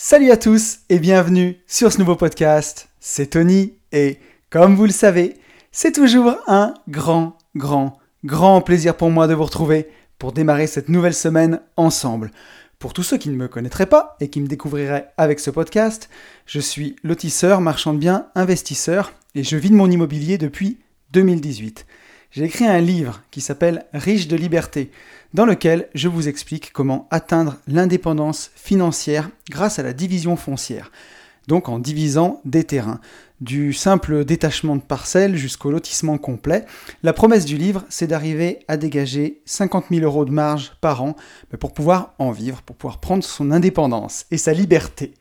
Salut à tous et bienvenue sur ce nouveau podcast, c'est Tony et comme vous le savez, c'est toujours un grand plaisir pour moi de vous retrouver pour démarrer cette nouvelle semaine ensemble. Pour tous ceux qui ne me connaîtraient pas et qui me découvriraient avec ce podcast, je suis lotisseur, marchand de biens, investisseur et je vis de mon immobilier depuis 2018. J'ai écrit un livre qui s'appelle Riche de liberté, dans lequel je vous explique comment atteindre l'indépendance financière grâce à la division foncière, donc en divisant des terrains. Du simple détachement de parcelles jusqu'au lotissement complet, la promesse du livre, c'est d'arriver à dégager 50 000 € de marge par an pour pouvoir en vivre, pour pouvoir prendre son indépendance et sa liberté.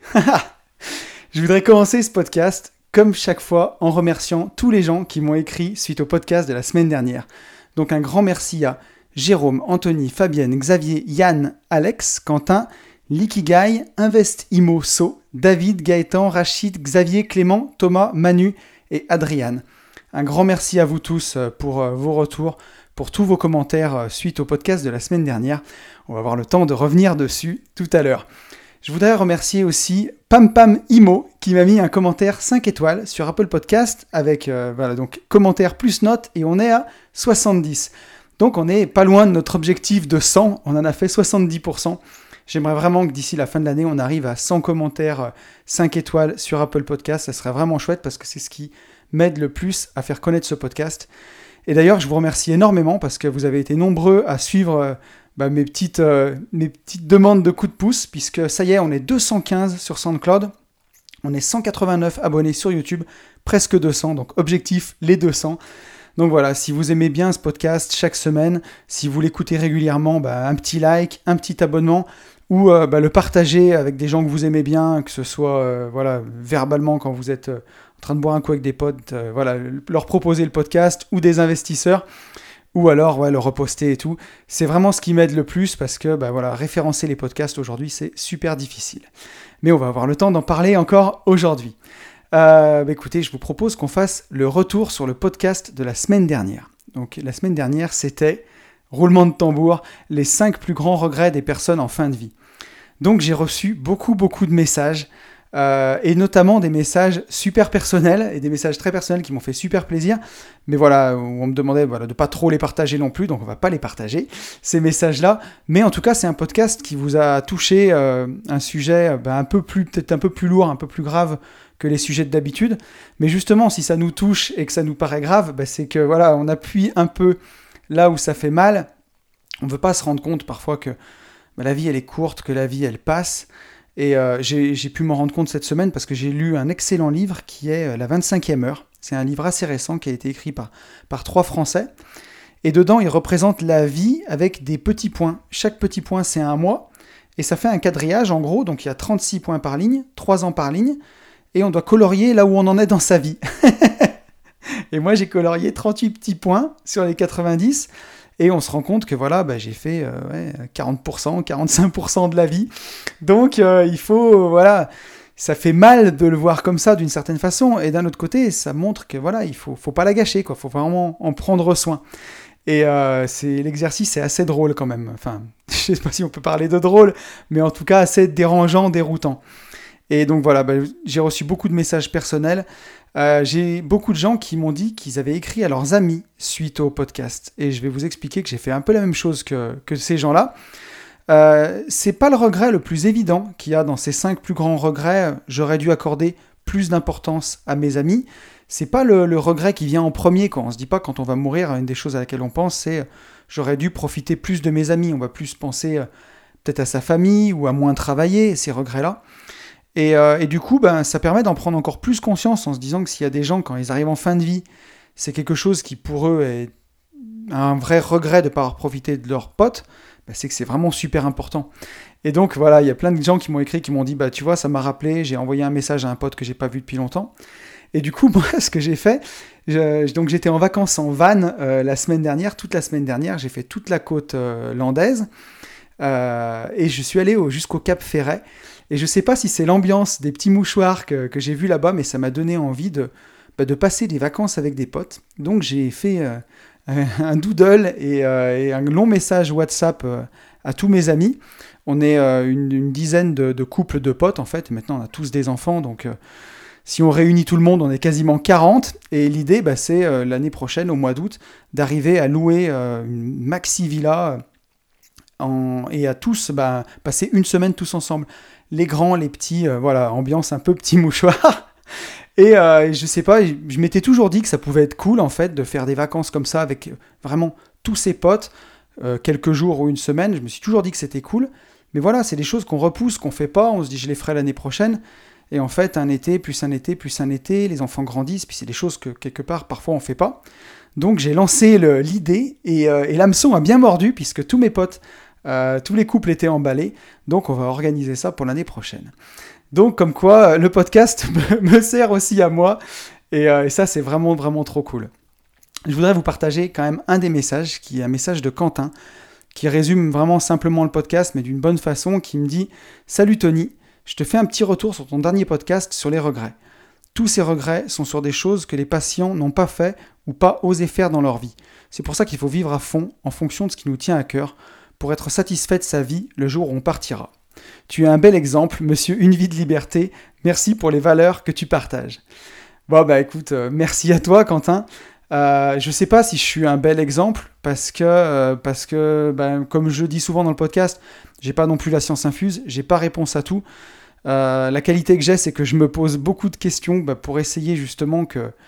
Je voudrais commencer ce podcast comme chaque fois, en remerciant tous les gens qui m'ont écrit suite au podcast de la semaine dernière. Donc un grand merci à Jérôme, Anthony, Fabienne, Xavier, Yann, Alex, Quentin, Likigai, Investimo, So, David, Gaëtan, Rachid, Xavier, Clément, Thomas, Manu et Adriane. Un grand merci à vous tous pour vos retours, pour tous vos commentaires suite au podcast de la semaine dernière. On va avoir le temps de revenir dessus tout à l'heure. Je voudrais remercier aussi Pam Pam Imo qui m'a mis un commentaire 5 étoiles sur Apple Podcast avec donc commentaire plus note et on est à 70. Donc on est pas loin de notre objectif de 100, on en a fait 70%. J'aimerais vraiment que d'ici la fin de l'année on arrive à 100 commentaires 5 étoiles sur Apple Podcast, ça serait vraiment chouette parce que c'est ce qui m'aide le plus à faire connaître ce podcast. Et d'ailleurs je vous remercie énormément parce que vous avez été nombreux à suivre mes petites demandes de coups de pouce, puisque ça y est, on est 215 sur SoundCloud, on est 189 abonnés sur YouTube, presque 200, donc objectif les 200. Donc voilà, si vous aimez bien ce podcast chaque semaine, si vous l'écoutez régulièrement, un petit like, un petit abonnement, ou le partager avec des gens que vous aimez bien, que ce soit verbalement quand vous êtes en train de boire un coup avec des potes, leur proposer le podcast, ou des investisseurs, ou alors le reposter et tout. C'est vraiment ce qui m'aide le plus parce que référencer les podcasts aujourd'hui, c'est super difficile. Mais on va avoir le temps d'en parler encore aujourd'hui. Écoutez, je vous propose qu'on fasse le retour sur le podcast de la semaine dernière. Donc la semaine dernière, c'était, roulement de tambour, les 5 plus grands regrets des personnes en fin de vie. Donc j'ai reçu beaucoup de messages, et notamment des messages super personnels et des messages très personnels qui m'ont fait super plaisir, mais voilà, on me demandait de pas trop les partager non plus, donc on va pas les partager, ces messages-là, mais en tout cas c'est un podcast qui vous a touché un sujet peut-être un peu plus lourd, un peu plus grave que les sujets d'habitude, mais justement si ça nous touche et que ça nous paraît grave, c'est que on appuie un peu là où ça fait mal. On veut pas se rendre compte parfois que la vie elle est courte, que la vie elle passe. Et j'ai pu m'en rendre compte cette semaine parce que j'ai lu un excellent livre qui est La 25e heure. C'est un livre assez récent qui a été écrit par 3 Français. Et dedans, il représente la vie avec des petits points. Chaque petit point, c'est un mois. Et ça fait un quadrillage, en gros. Donc, il y a 36 points par ligne, 3 ans par ligne. Et on doit colorier là où on en est dans sa vie. Et moi, j'ai colorié 38 petits points sur les 90. Et on se rend compte que j'ai fait 40%, 45% de la vie. Donc il faut, ça fait mal de le voir comme ça d'une certaine façon. Et d'un autre côté, ça montre que il faut pas la gâcher, quoi. Faut vraiment en prendre soin. Et l'exercice est assez drôle quand même. Enfin, je sais pas si on peut parler de drôle, mais en tout cas assez dérangeant, déroutant. Et donc j'ai reçu beaucoup de messages personnels. J'ai beaucoup de gens qui m'ont dit qu'ils avaient écrit à leurs amis suite au podcast. Et je vais vous expliquer que j'ai fait un peu la même chose que ces gens-là. C'est pas le regret le plus évident qu'il y a dans ces 5 plus grands regrets. J'aurais dû accorder plus d'importance à mes amis. C'est pas le regret qui vient en premier, quoi. On se dit pas quand on va mourir, une des choses à laquelle on pense, c'est j'aurais dû profiter plus de mes amis. On va plus penser peut-être à sa famille ou à moins travailler, ces regrets-là. Et du coup, ça permet d'en prendre encore plus conscience en se disant que s'il y a des gens, quand ils arrivent en fin de vie, c'est quelque chose qui pour eux est un vrai regret de ne pas avoir profité de leurs potes, c'est que c'est vraiment super important. Et donc il y a plein de gens qui m'ont écrit, qui m'ont dit, tu vois, ça m'a rappelé, j'ai envoyé un message à un pote que j'ai pas vu depuis longtemps. Et du coup, moi, ce que j'ai fait, donc j'étais en vacances en van la semaine dernière, toute la semaine dernière, j'ai fait toute la côte landaise, et je suis allé jusqu'au Cap Ferret. Et je sais pas si c'est l'ambiance des petits mouchoirs que j'ai vus là-bas, mais ça m'a donné envie de passer des vacances avec des potes. Donc j'ai fait un doodle et un long message WhatsApp à tous mes amis. On est une dizaine de couples de potes en fait. Maintenant, on a tous des enfants, donc si on réunit tout le monde, on est quasiment 40. Et l'idée, c'est l'année prochaine, au mois d'août, d'arriver à louer une maxi villa et à tous passer une semaine tous ensemble. Les grands, les petits, voilà, ambiance un peu petit mouchoir. Et je sais pas, je m'étais toujours dit que ça pouvait être cool en fait de faire des vacances comme ça avec vraiment tous ses potes, quelques jours ou une semaine. Je me suis toujours dit que c'était cool. Mais voilà, c'est des choses qu'on repousse, qu'on fait pas. On se dit je les ferai l'année prochaine. Et en fait, un été, plus un été, plus un été, les enfants grandissent. Puis c'est des choses que quelque part, parfois, on fait pas. Donc j'ai lancé l'idée et l'hameçon a bien mordu puisque tous mes potes, tous les couples étaient emballés. Donc on va organiser ça pour l'année prochaine. Donc comme quoi, le podcast me sert aussi à moi. Et ça, c'est vraiment, vraiment trop cool. Je voudrais vous partager quand même un des messages, qui est un message de Quentin, qui résume vraiment simplement le podcast, mais d'une bonne façon, qui me dit « Salut Tony, je te fais un petit retour sur ton dernier podcast sur les regrets. Tous ces regrets sont sur des choses que les patients n'ont pas fait ou pas osé faire dans leur vie. C'est pour ça qu'il faut vivre à fond, en fonction de ce qui nous tient à cœur, pour être satisfait de sa vie le jour où on partira. Tu es un bel exemple, monsieur Une vie de liberté. Merci pour les valeurs que tu partages. » Bon, écoute, merci à toi, Quentin. Je sais pas si je suis un bel exemple parce que comme je dis souvent dans le podcast, j'ai pas non plus la science infuse, j'ai pas réponse à tout. La qualité que j'ai, c'est que je me pose beaucoup de questions pour essayer justement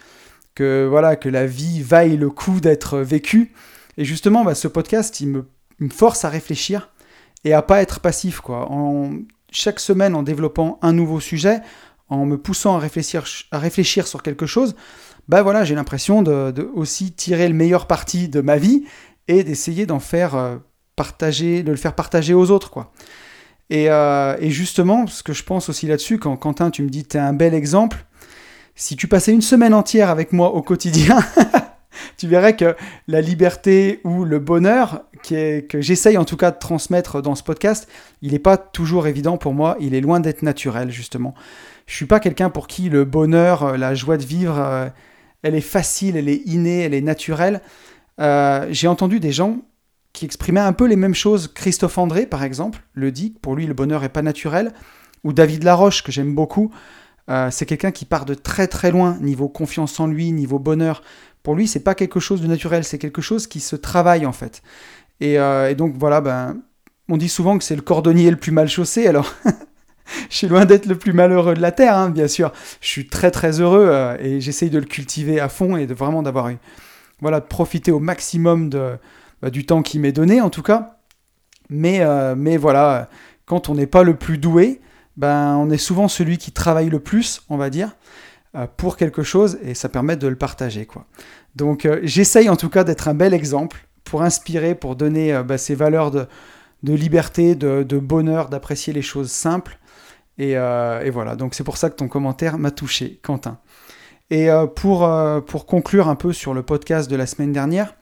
que la vie vaille le coup d'être vécue. Et justement, ce podcast, il me force à réfléchir et à pas être passif, quoi. Chaque semaine, en développant un nouveau sujet, en me poussant à réfléchir sur quelque chose, j'ai l'impression de aussi tirer le meilleur parti de ma vie et d'essayer d'en faire partager, de le faire partager aux autres, quoi. Et justement, ce que je pense aussi là-dessus, quand Quentin, tu me dis t'es un bel exemple, si tu passais une semaine entière avec moi au quotidien, tu verrais que la liberté ou le bonheur que j'essaye en tout cas de transmettre dans ce podcast, il n'est pas toujours évident pour moi, il est loin d'être naturel justement. Je suis pas quelqu'un pour qui le bonheur, la joie de vivre, elle est facile, elle est innée, elle est naturelle. J'ai entendu des gens qui exprimaient un peu les mêmes choses. Christophe André, par exemple, le dit, pour lui le bonheur n'est pas naturel. Ou David Laroche, que j'aime beaucoup, c'est quelqu'un qui part de très très loin, niveau confiance en lui, niveau bonheur. Pour lui, c'est pas quelque chose de naturel, c'est quelque chose qui se travaille en fait. Et donc voilà, on dit souvent que c'est le cordonnier le plus mal chaussé, alors je suis loin d'être le plus malheureux de la Terre, hein, bien sûr. Je suis très très heureux et j'essaye de le cultiver à fond et de vraiment de profiter au maximum du temps qui m'est donné en tout cas. Mais voilà, quand on n'est pas le plus doué, on est souvent celui qui travaille le plus, on va dire, pour quelque chose et ça permet de le partager, quoi. Donc j'essaye en tout cas d'être un bel exemple pour inspirer, pour donner ces valeurs de liberté, de bonheur, d'apprécier les choses simples. Et voilà, donc c'est pour ça que ton commentaire m'a touché, Quentin. Et pour conclure un peu sur le podcast de la semaine dernière,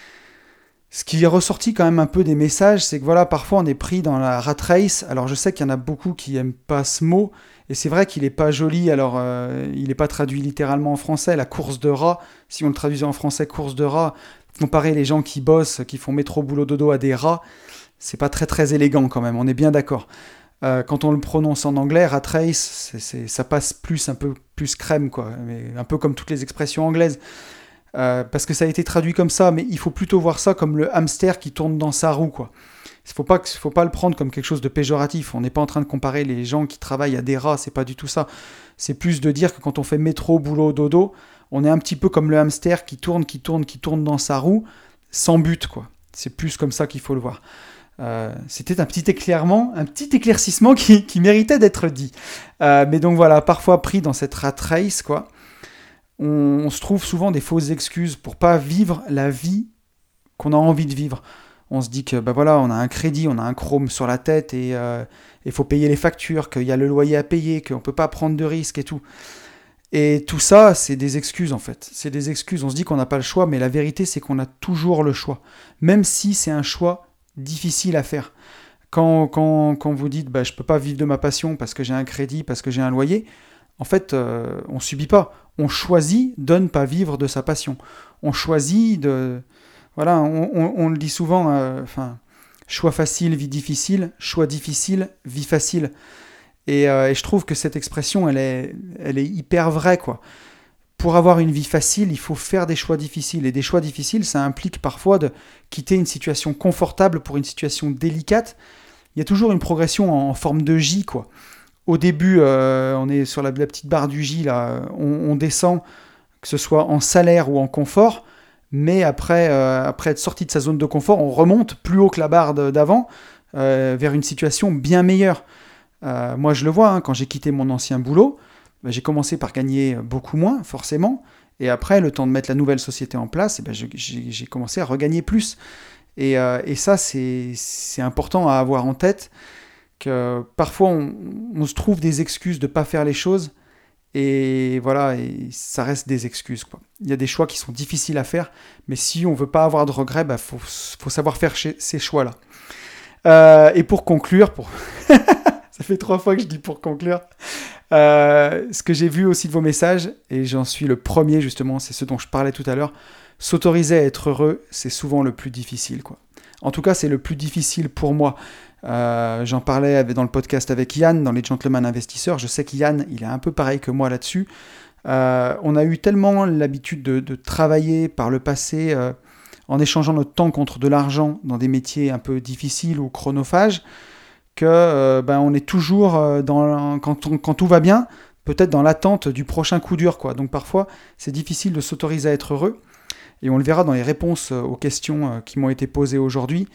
ce qui est ressorti quand même un peu des messages, c'est que voilà, parfois on est pris dans la rat race. Alors je sais qu'il y en a beaucoup qui n'aiment pas ce mot, et c'est vrai qu'il n'est pas joli, alors il n'est pas traduit littéralement en français, la course de rat, si on le traduisait en français, course de rat, comparer les gens qui bossent, qui font métro, boulot, dodo à des rats, c'est pas très très élégant quand même, on est bien d'accord. Quand on le prononce en anglais, rat race, ça passe un peu plus crème, quoi, mais un peu comme toutes les expressions anglaises. Parce que ça a été traduit comme ça, mais il faut plutôt voir ça comme le hamster qui tourne dans sa roue, quoi. Il faut pas le prendre comme quelque chose de péjoratif. On n'est pas en train de comparer les gens qui travaillent à des rats, c'est pas du tout ça. C'est plus de dire que quand on fait métro, boulot, dodo, on est un petit peu comme le hamster qui tourne dans sa roue, sans but, quoi. C'est plus comme ça qu'il faut le voir. C'était un petit éclaircissement qui méritait d'être dit. Mais donc voilà, parfois pris dans cette rat race, quoi, on se trouve souvent des fausses excuses pour pas vivre la vie qu'on a envie de vivre. On se dit que on a un crédit, on a un chrome sur la tête et il faut payer les factures, qu'il y a le loyer à payer, qu'on peut pas prendre de risques et tout. Et tout ça, c'est des excuses en fait. C'est des excuses. On se dit qu'on n'a pas le choix, mais la vérité, c'est qu'on a toujours le choix. Même si c'est un choix difficile à faire. Quand vous dites je peux pas vivre de ma passion parce que j'ai un crédit, parce que j'ai un loyer, en fait, on subit pas. On choisit de ne pas vivre de sa passion. On choisit Voilà, on le dit souvent, choix facile, vie difficile, choix difficile, vie facile. Et je trouve que cette expression, elle est hyper vraie, quoi. Pour avoir une vie facile, il faut faire des choix difficiles. Et des choix difficiles, ça implique parfois de quitter une situation confortable pour une situation délicate. Il y a toujours une progression en forme de J, quoi. Au début, on est sur la petite barre du J, là, on descend, que ce soit en salaire ou en confort, mais après être sorti de sa zone de confort, on remonte plus haut que la barre d'avant, vers une situation bien meilleure. Moi, je le vois, hein, quand j'ai quitté mon ancien boulot, j'ai commencé par gagner beaucoup moins, forcément, et après, le temps de mettre la nouvelle société en place, j'ai commencé à regagner plus. Et ça, c'est important à avoir en tête, que parfois, on se trouve des excuses de ne pas faire les choses, et voilà, et ça reste des excuses, quoi. Il y a des choix qui sont difficiles à faire, mais si on ne veut pas avoir de regrets, faut savoir faire ces choix-là. Et pour conclure, ça fait 3 fois que je dis pour conclure, ce que j'ai vu aussi de vos messages, et j'en suis le premier justement, c'est ce dont je parlais tout à l'heure, s'autoriser à être heureux, c'est souvent le plus difficile, quoi. En tout cas, c'est le plus difficile pour moi. J'en parlais dans le podcast avec Yann, dans les Gentlemen Investisseurs. Je sais qu'Yann, il est un peu pareil que moi là-dessus. On a eu tellement l'habitude de travailler par le passé en échangeant notre temps contre de l'argent dans des métiers un peu difficiles ou chronophages, que on est toujours quand tout va bien, peut-être dans l'attente du prochain coup dur, quoi. Donc parfois, c'est difficile de s'autoriser à être heureux. Et on le verra dans les réponses aux questions qui m'ont été posées aujourd'hui,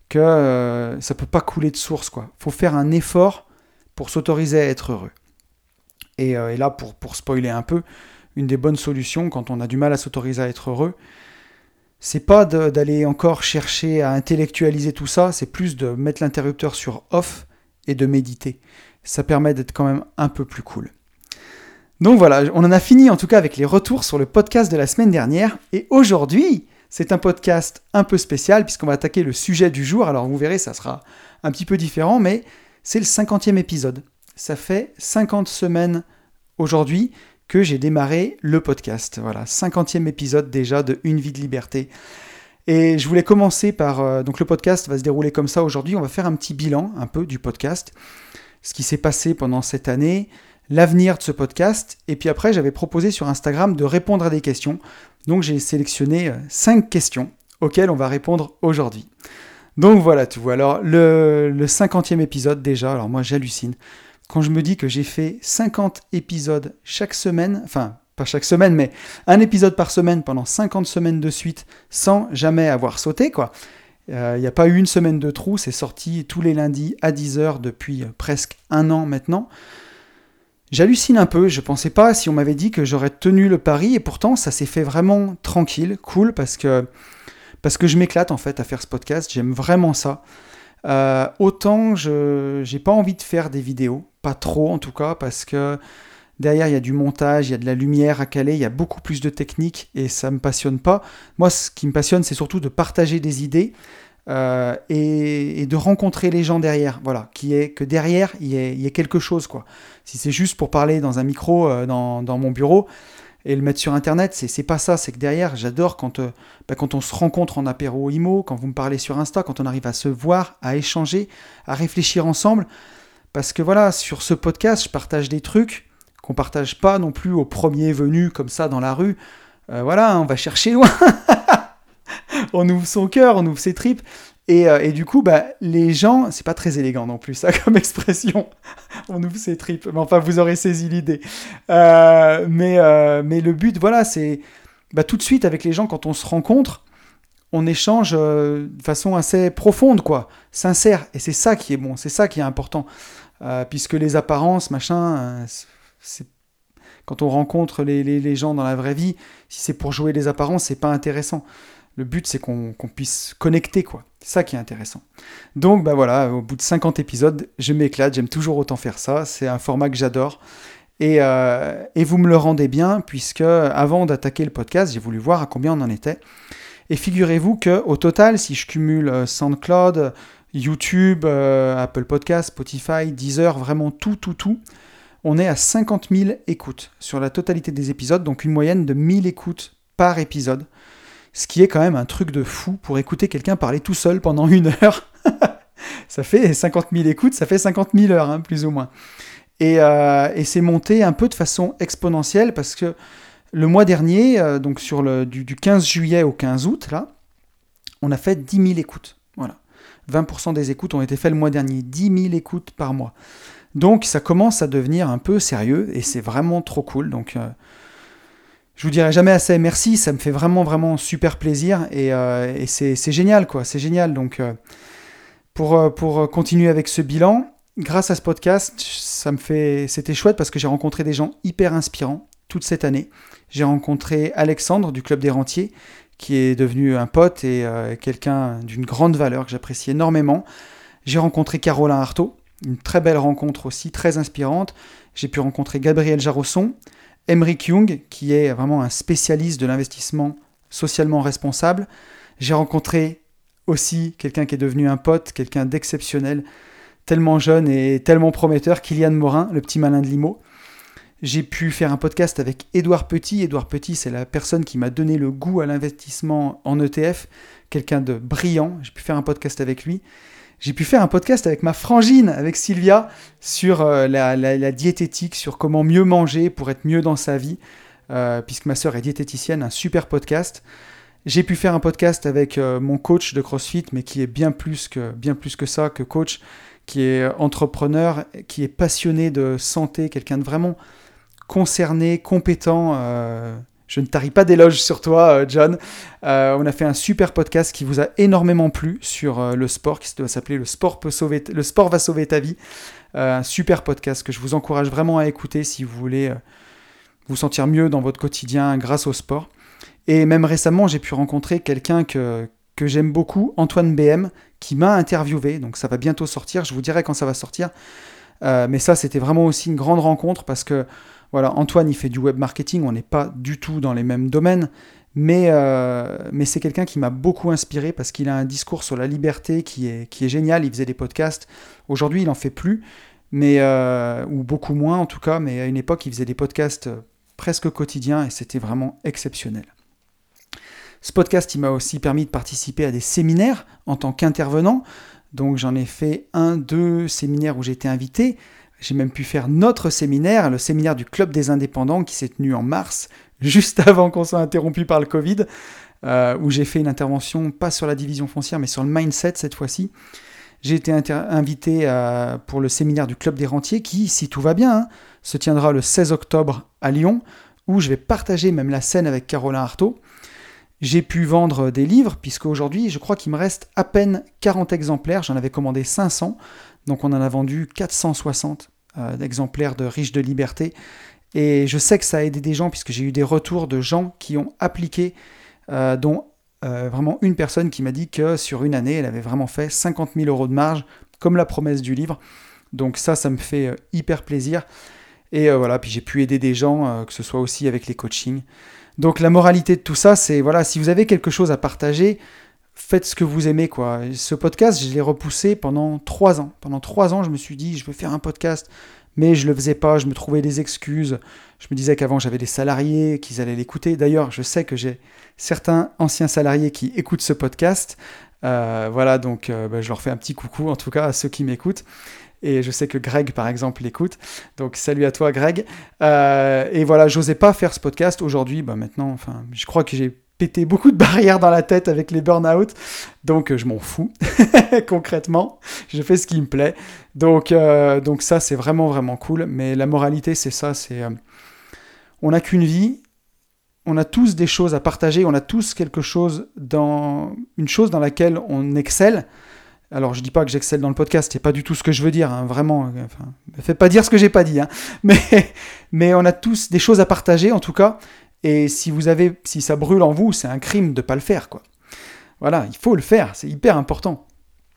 que ça ne peut pas couler de source, quoi. Faut faire un effort pour s'autoriser à être heureux. Et là, pour spoiler un peu, une des bonnes solutions quand on a du mal à s'autoriser à être heureux, c'est pas d'aller encore chercher à intellectualiser tout ça, c'est plus de mettre l'interrupteur sur off et de méditer. Ça permet d'être quand même un peu plus cool. Donc voilà, on en a fini en tout cas avec les retours sur le podcast de la semaine dernière. Et aujourd'hui, c'est un podcast un peu spécial puisqu'on va attaquer le sujet du jour. Alors vous verrez, ça sera un petit peu différent, mais c'est le 50e épisode. Ça fait 50 semaines aujourd'hui que j'ai démarré le podcast. Voilà, 50e épisode déjà de Une vie de liberté. Et je voulais commencer par... donc le podcast va se dérouler comme ça aujourd'hui. On va faire un petit bilan un peu du podcast, ce qui s'est passé pendant cette année, l'avenir de ce podcast. Et puis après, j'avais proposé sur Instagram de répondre à des questions. Donc j'ai sélectionné 5 questions auxquelles on va répondre aujourd'hui. Donc voilà tout. Alors le 50e épisode déjà, alors moi j'hallucine. Quand je me dis que j'ai fait 50 épisodes chaque semaine, enfin pas chaque semaine, mais un épisode par semaine pendant 50 semaines de suite sans jamais avoir sauté, quoi. Il n'y a pas eu une semaine de trou, c'est sorti tous les lundis à 10h depuis presque 1 an maintenant. J'hallucine un peu, je pensais pas si on m'avait dit que j'aurais tenu le pari, et pourtant ça s'est fait vraiment tranquille, cool, parce que je m'éclate en fait à faire ce podcast, j'aime vraiment ça. Autant j'ai pas envie de faire des vidéos, pas trop en tout cas, parce que derrière il y a du montage, il y a de la lumière à caler, il y a beaucoup plus de technique et ça me passionne pas. Moi ce qui me passionne c'est surtout de partager des idées et de rencontrer les gens derrière, voilà, que derrière il y ait quelque chose, quoi. Si c'est juste pour parler dans un micro dans mon bureau et le mettre sur internet, c'est pas ça, c'est que derrière, j'adore quand on se rencontre en apéro IMO, quand vous me parlez sur Insta, quand on arrive à se voir, à échanger, à réfléchir ensemble, parce que voilà, sur ce podcast, je partage des trucs qu'on partage pas non plus au premier venu, comme ça, dans la rue. Voilà, on va chercher loin, on ouvre son cœur, on ouvre ses tripes, et du coup, les gens, c'est pas très élégant non plus, ça, comme expression, on ouvre ses tripes, mais enfin, vous aurez saisi l'idée. Mais le but, voilà, c'est tout de suite, avec les gens, quand on se rencontre, on échange de façon assez profonde, quoi, sincère, et c'est ça qui est bon, c'est ça qui est important, puisque les apparences, machin, quand on rencontre les gens dans la vraie vie, si c'est pour jouer les apparences, c'est pas intéressant. Le but, c'est qu'on puisse connecter, quoi. C'est ça qui est intéressant. Donc, voilà, au bout de 50 épisodes, je m'éclate, j'aime toujours autant faire ça. C'est un format que j'adore. Et vous me le rendez bien, puisque avant d'attaquer le podcast, j'ai voulu voir à combien on en était. Et figurez-vous qu'au total, si je cumule SoundCloud, YouTube, Apple Podcasts, Spotify, Deezer, vraiment tout, on est à 50 000 écoutes sur la totalité des épisodes, donc une moyenne de 1000 écoutes par épisode. ce qui est quand même un truc de fou pour écouter quelqu'un parler tout seul pendant 1 heure. Ça fait 50 000 écoutes, ça fait 50 000 heures, hein, plus ou moins. Et c'est monté un peu de façon exponentielle parce que le mois dernier, donc du 15 juillet au 15 août, là, on a fait 10 000 écoutes. Voilà. 20% des écoutes ont été faites le mois dernier. 10 000 écoutes par mois. Donc ça commence à devenir un peu sérieux et c'est vraiment trop cool. Donc je vous dirai jamais assez merci, ça me fait vraiment vraiment super plaisir et c'est génial quoi, c'est génial. Donc pour continuer avec ce bilan, grâce à ce podcast, c'était chouette parce que j'ai rencontré des gens hyper inspirants toute cette année. J'ai rencontré Alexandre du Club des Rentiers, qui est devenu un pote et quelqu'un d'une grande valeur que j'apprécie énormément. J'ai rencontré Caroline Artaud, une très belle rencontre aussi, très inspirante. J'ai pu rencontrer Gabriel Jarosson, Emeric Young, qui est vraiment un spécialiste de l'investissement socialement responsable. J'ai rencontré aussi quelqu'un qui est devenu un pote, quelqu'un d'exceptionnel, tellement jeune et tellement prometteur, Kylian Morin, le petit malin de Limo. J'ai pu faire un podcast avec Édouard Petit. Édouard Petit, c'est la personne qui m'a donné le goût à l'investissement en ETF, quelqu'un de brillant. J'ai pu faire un podcast avec lui. J'ai pu faire un podcast avec ma frangine, avec Sylvia, sur la diététique, sur comment mieux manger pour être mieux dans sa vie, puisque ma sœur est diététicienne, un super podcast. J'ai pu faire un podcast avec mon coach de CrossFit, mais qui est bien plus que ça, que coach, qui est entrepreneur, qui est passionné de santé, quelqu'un de vraiment concerné, compétent. Je ne tarie pas d'éloges sur toi, John. On a fait un super podcast qui vous a énormément plu sur le sport, qui doit s'appeler Le sport va sauver ta vie. Un super podcast que je vous encourage vraiment à écouter si vous voulez vous sentir mieux dans votre quotidien grâce au sport. Et même récemment, j'ai pu rencontrer quelqu'un que j'aime beaucoup, Antoine BM, qui m'a interviewé. Donc ça va bientôt sortir, je vous dirai quand ça va sortir. Mais ça, c'était vraiment aussi une grande rencontre parce que voilà, Antoine, il fait du web marketing, on n'est pas du tout dans les mêmes domaines, mais c'est quelqu'un qui m'a beaucoup inspiré parce qu'il a un discours sur la liberté qui est génial. Il faisait des podcasts, aujourd'hui il n'en fait plus, ou beaucoup moins en tout cas, mais à une époque il faisait des podcasts presque quotidiens et c'était vraiment exceptionnel. Ce podcast, il m'a aussi permis de participer à des séminaires en tant qu'intervenant. Donc j'en ai fait 2 séminaires où j'ai été invité. J'ai même pu faire notre séminaire, le séminaire du Club des Indépendants qui s'est tenu en mars, juste avant qu'on soit interrompu par le Covid, où j'ai fait une intervention, pas sur la division foncière, mais sur le mindset cette fois-ci. J'ai été invité pour le séminaire du Club des Rentiers qui, si tout va bien, se tiendra le 16 octobre à Lyon, où je vais partager même la scène avec Caroline Artaud. J'ai pu vendre des livres, puisque aujourd'hui, je crois qu'il me reste à peine 40 exemplaires. J'en avais commandé 500, donc on en a vendu 460 exemplaires de Riches de Liberté. Et je sais que ça a aidé des gens, puisque j'ai eu des retours de gens qui ont appliqué, dont vraiment une personne qui m'a dit que sur une année, elle avait vraiment fait 50 000 € de marge, comme la promesse du livre. Donc ça me fait hyper plaisir. Et voilà, puis j'ai pu aider des gens, que ce soit aussi avec les coachings. Donc la moralité de tout ça, c'est voilà, si vous avez quelque chose à partager, faites ce que vous aimez, quoi. Ce podcast, je l'ai repoussé pendant 3 ans. Pendant 3 ans, je me suis dit, je veux faire un podcast, mais je le faisais pas, je me trouvais des excuses. Je me disais qu'avant, j'avais des salariés, qu'ils allaient l'écouter. D'ailleurs, je sais que j'ai certains anciens salariés qui écoutent ce podcast. Voilà, donc je leur fais un petit coucou, en tout cas, à ceux qui m'écoutent. Et je sais que Greg, par exemple, l'écoute. Donc, salut à toi, Greg. Et voilà, j'osais pas faire ce podcast. Aujourd'hui, maintenant, je crois que j'ai pété beaucoup de barrières dans la tête avec les burn-out. Donc, je m'en fous. Concrètement, je fais ce qui me plaît. Donc ça, c'est vraiment, vraiment cool. Mais la moralité, c'est ça. On n'a qu'une vie. On a tous des choses à partager. On a tous une chose dans laquelle on excelle. Alors, je dis pas que j'excelle dans le podcast, c'est pas du tout ce que je veux dire, hein, vraiment. Ne faites pas dire ce que j'ai pas dit, hein. Mais on a tous des choses à partager, en tout cas. Et si ça brûle en vous, c'est un crime de pas le faire, quoi. Voilà, il faut le faire, c'est hyper important.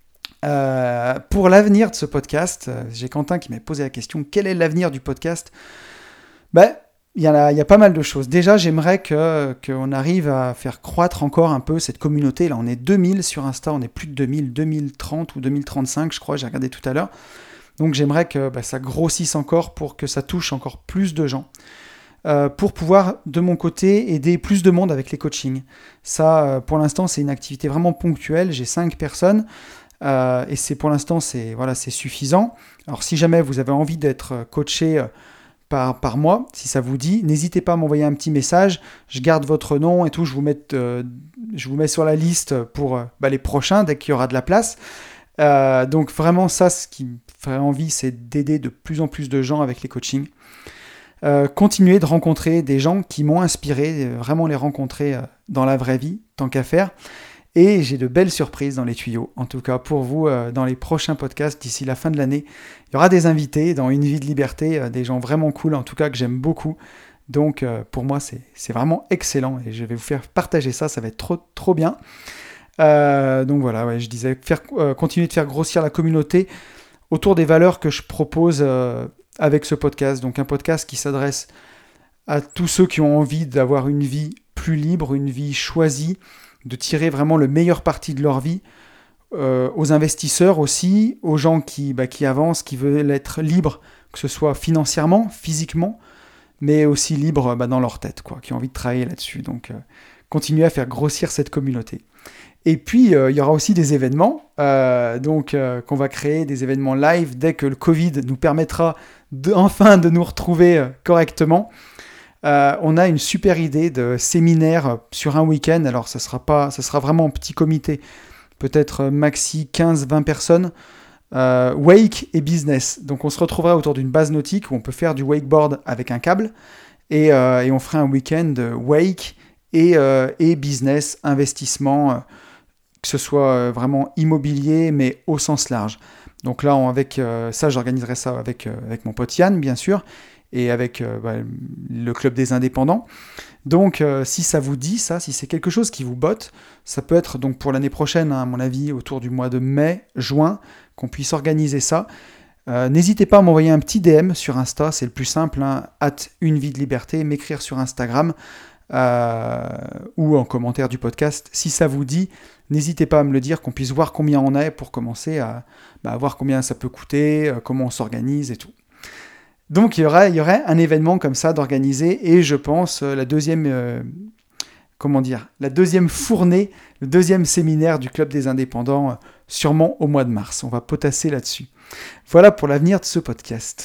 Pour l'avenir de ce podcast, j'ai Quentin qui m'a posé la question, quel est l'avenir du podcast ? Il y a pas mal de choses. Déjà, j'aimerais qu'on arrive à faire croître encore un peu cette communauté. Là, on est 2000 sur Insta, on est plus de 2000, 2030 ou 2035, je crois, j'ai regardé tout à l'heure. Donc, j'aimerais que ça grossisse encore pour que ça touche encore plus de gens. pour pouvoir, de mon côté, aider plus de monde avec les coachings. Ça, pour l'instant, c'est une activité vraiment ponctuelle. J'ai 5 personnes et pour l'instant, c'est suffisant. Alors, si jamais vous avez envie d'être coaché par mois, si ça vous dit, n'hésitez pas à m'envoyer un petit message. Je garde votre nom et tout. Je vous mets sur la liste pour les prochains, dès qu'il y aura de la place. Donc, vraiment, ça, ce qui me ferait envie, c'est d'aider de plus en plus de gens avec les coachings. Continuer de rencontrer des gens qui m'ont inspiré, vraiment les rencontrer dans la vraie vie, tant qu'à faire. Et j'ai de belles surprises dans les tuyaux, en tout cas pour vous, dans les prochains podcasts d'ici la fin de l'année. Il y aura des invités dans Une vie de liberté, des gens vraiment cool, en tout cas que j'aime beaucoup. Donc pour moi, c'est vraiment excellent et je vais vous faire partager ça, ça va être trop, trop bien. Donc voilà, ouais, je disais, continuer de faire grossir la communauté autour des valeurs que je propose avec ce podcast. Donc un podcast qui s'adresse à tous ceux qui ont envie d'avoir une vie plus libre, une vie choisie, de tirer vraiment le meilleur parti de leur vie, aux investisseurs aussi, aux gens qui avancent, qui veulent être libres, que ce soit financièrement, physiquement, mais aussi libres dans leur tête, quoi, qui ont envie de travailler là-dessus. Donc continuer à faire grossir cette communauté. Et puis, il y aura aussi des événements, qu'on va créer, des événements live dès que le Covid nous permettra enfin de nous retrouver correctement. On a une super idée de séminaire sur un week-end. Alors, ça sera vraiment en petit comité, peut-être maxi 15-20 personnes. Wake et business. Donc, on se retrouvera autour d'une base nautique où on peut faire du wakeboard avec un câble. Et on fera un week-end wake et business, investissement, que ce soit vraiment immobilier, mais au sens large. Donc là, j'organiserai ça avec mon pote Yann, bien sûr, et avec le Club des Indépendants. Donc, si ça vous dit, si c'est quelque chose qui vous botte, ça peut être donc pour l'année prochaine, à mon avis, autour du mois de mai, juin, qu'on puisse organiser ça. N'hésitez pas à m'envoyer un petit DM sur Insta, c'est le plus simple, @unevie-de-liberté, m'écrire sur Instagram ou en commentaire du podcast. Si ça vous dit, n'hésitez pas à me le dire, qu'on puisse voir combien on est pour commencer à voir combien ça peut coûter, comment on s'organise et tout. Donc il y aurait un événement comme ça d'organiser et je pense la deuxième fournée, le deuxième séminaire du Club des Indépendants, sûrement au mois de mars. On va potasser là-dessus. Voilà pour l'avenir de ce podcast.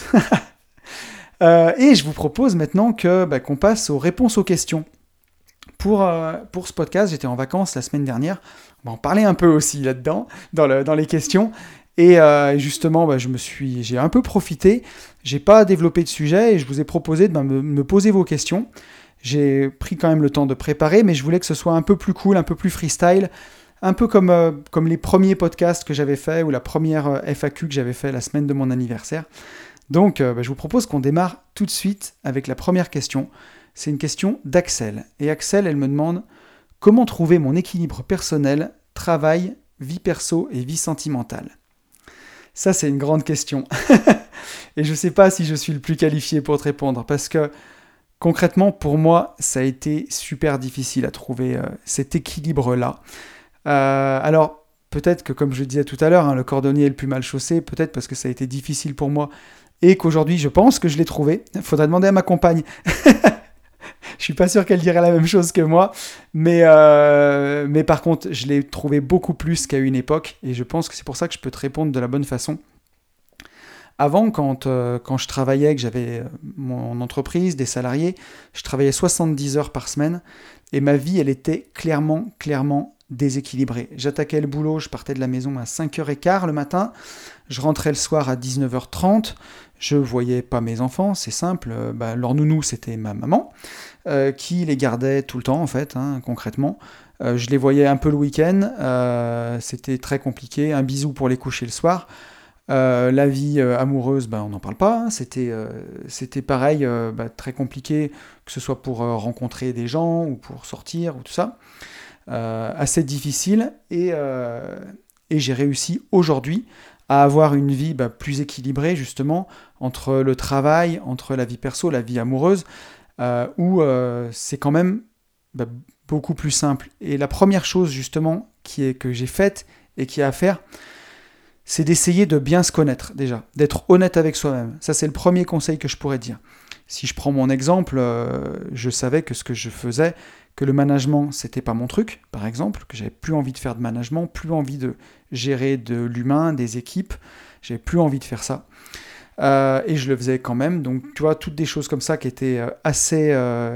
Et je vous propose maintenant qu'on passe aux réponses aux questions. Pour ce podcast, j'étais en vacances la semaine dernière. On va en parler un peu aussi là-dedans, dans les questions. Et justement, j'ai un peu profité. J'ai pas développé de sujet et je vous ai proposé de me poser vos questions. J'ai pris quand même le temps de préparer, mais je voulais que ce soit un peu plus cool, un peu plus freestyle, un peu comme les premiers podcasts que j'avais fait ou la première FAQ que j'avais fait la semaine de mon anniversaire. Donc, je vous propose qu'on démarre tout de suite avec la première question. C'est une question d'Axel. Et Axel, elle me demande « Comment trouver mon équilibre personnel, travail, vie perso et vie sentimentale ?» Ça, c'est une grande question. Et je ne sais pas si je suis le plus qualifié pour te répondre, parce que concrètement, pour moi, ça a été super difficile à trouver cet équilibre-là. Alors, peut-être que, comme je le disais tout à l'heure, le cordonnier est le plus mal chaussé, peut-être parce que ça a été difficile pour moi, et qu'aujourd'hui, je pense que je l'ai trouvé. Il faudrait demander à ma compagne. Je suis pas sûr qu'elle dirait la même chose que moi, mais par contre, je l'ai trouvé beaucoup plus qu'à une époque, et je pense que c'est pour ça que je peux te répondre de la bonne façon. Avant, quand je travaillais, que j'avais mon entreprise, des salariés, je travaillais 70 heures par semaine, et ma vie, elle était clairement déséquilibrée. J'attaquais le boulot, je partais de la maison à 5h15 le matin, je rentrais le soir à 19h30, je voyais pas mes enfants, c'est simple, leur nounou, c'était ma maman, qui les gardait tout le temps, en fait, concrètement. Je les voyais un peu le week-end, c'était très compliqué, un bisou pour les coucher le soir. La vie amoureuse, on n'en parle pas, c'était pareil, très compliqué, que ce soit pour rencontrer des gens, ou pour sortir, ou tout ça. Assez difficile, et j'ai réussi aujourd'hui à avoir une vie plus équilibrée, justement, entre le travail, entre la vie perso, la vie amoureuse, où c'est quand même beaucoup plus simple. Et la première chose, justement, que j'ai faite et qui a à faire, c'est d'essayer de bien se connaître, déjà, d'être honnête avec soi-même. Ça, c'est le premier conseil que je pourrais dire. Si je prends mon exemple, je savais que ce que je faisais, que le management, c'était pas mon truc, par exemple, que j'avais plus envie de faire de management, plus envie de gérer de l'humain, des équipes, j'avais plus envie de faire ça. Et je le faisais quand même, donc tu vois, toutes des choses comme ça qui étaient assez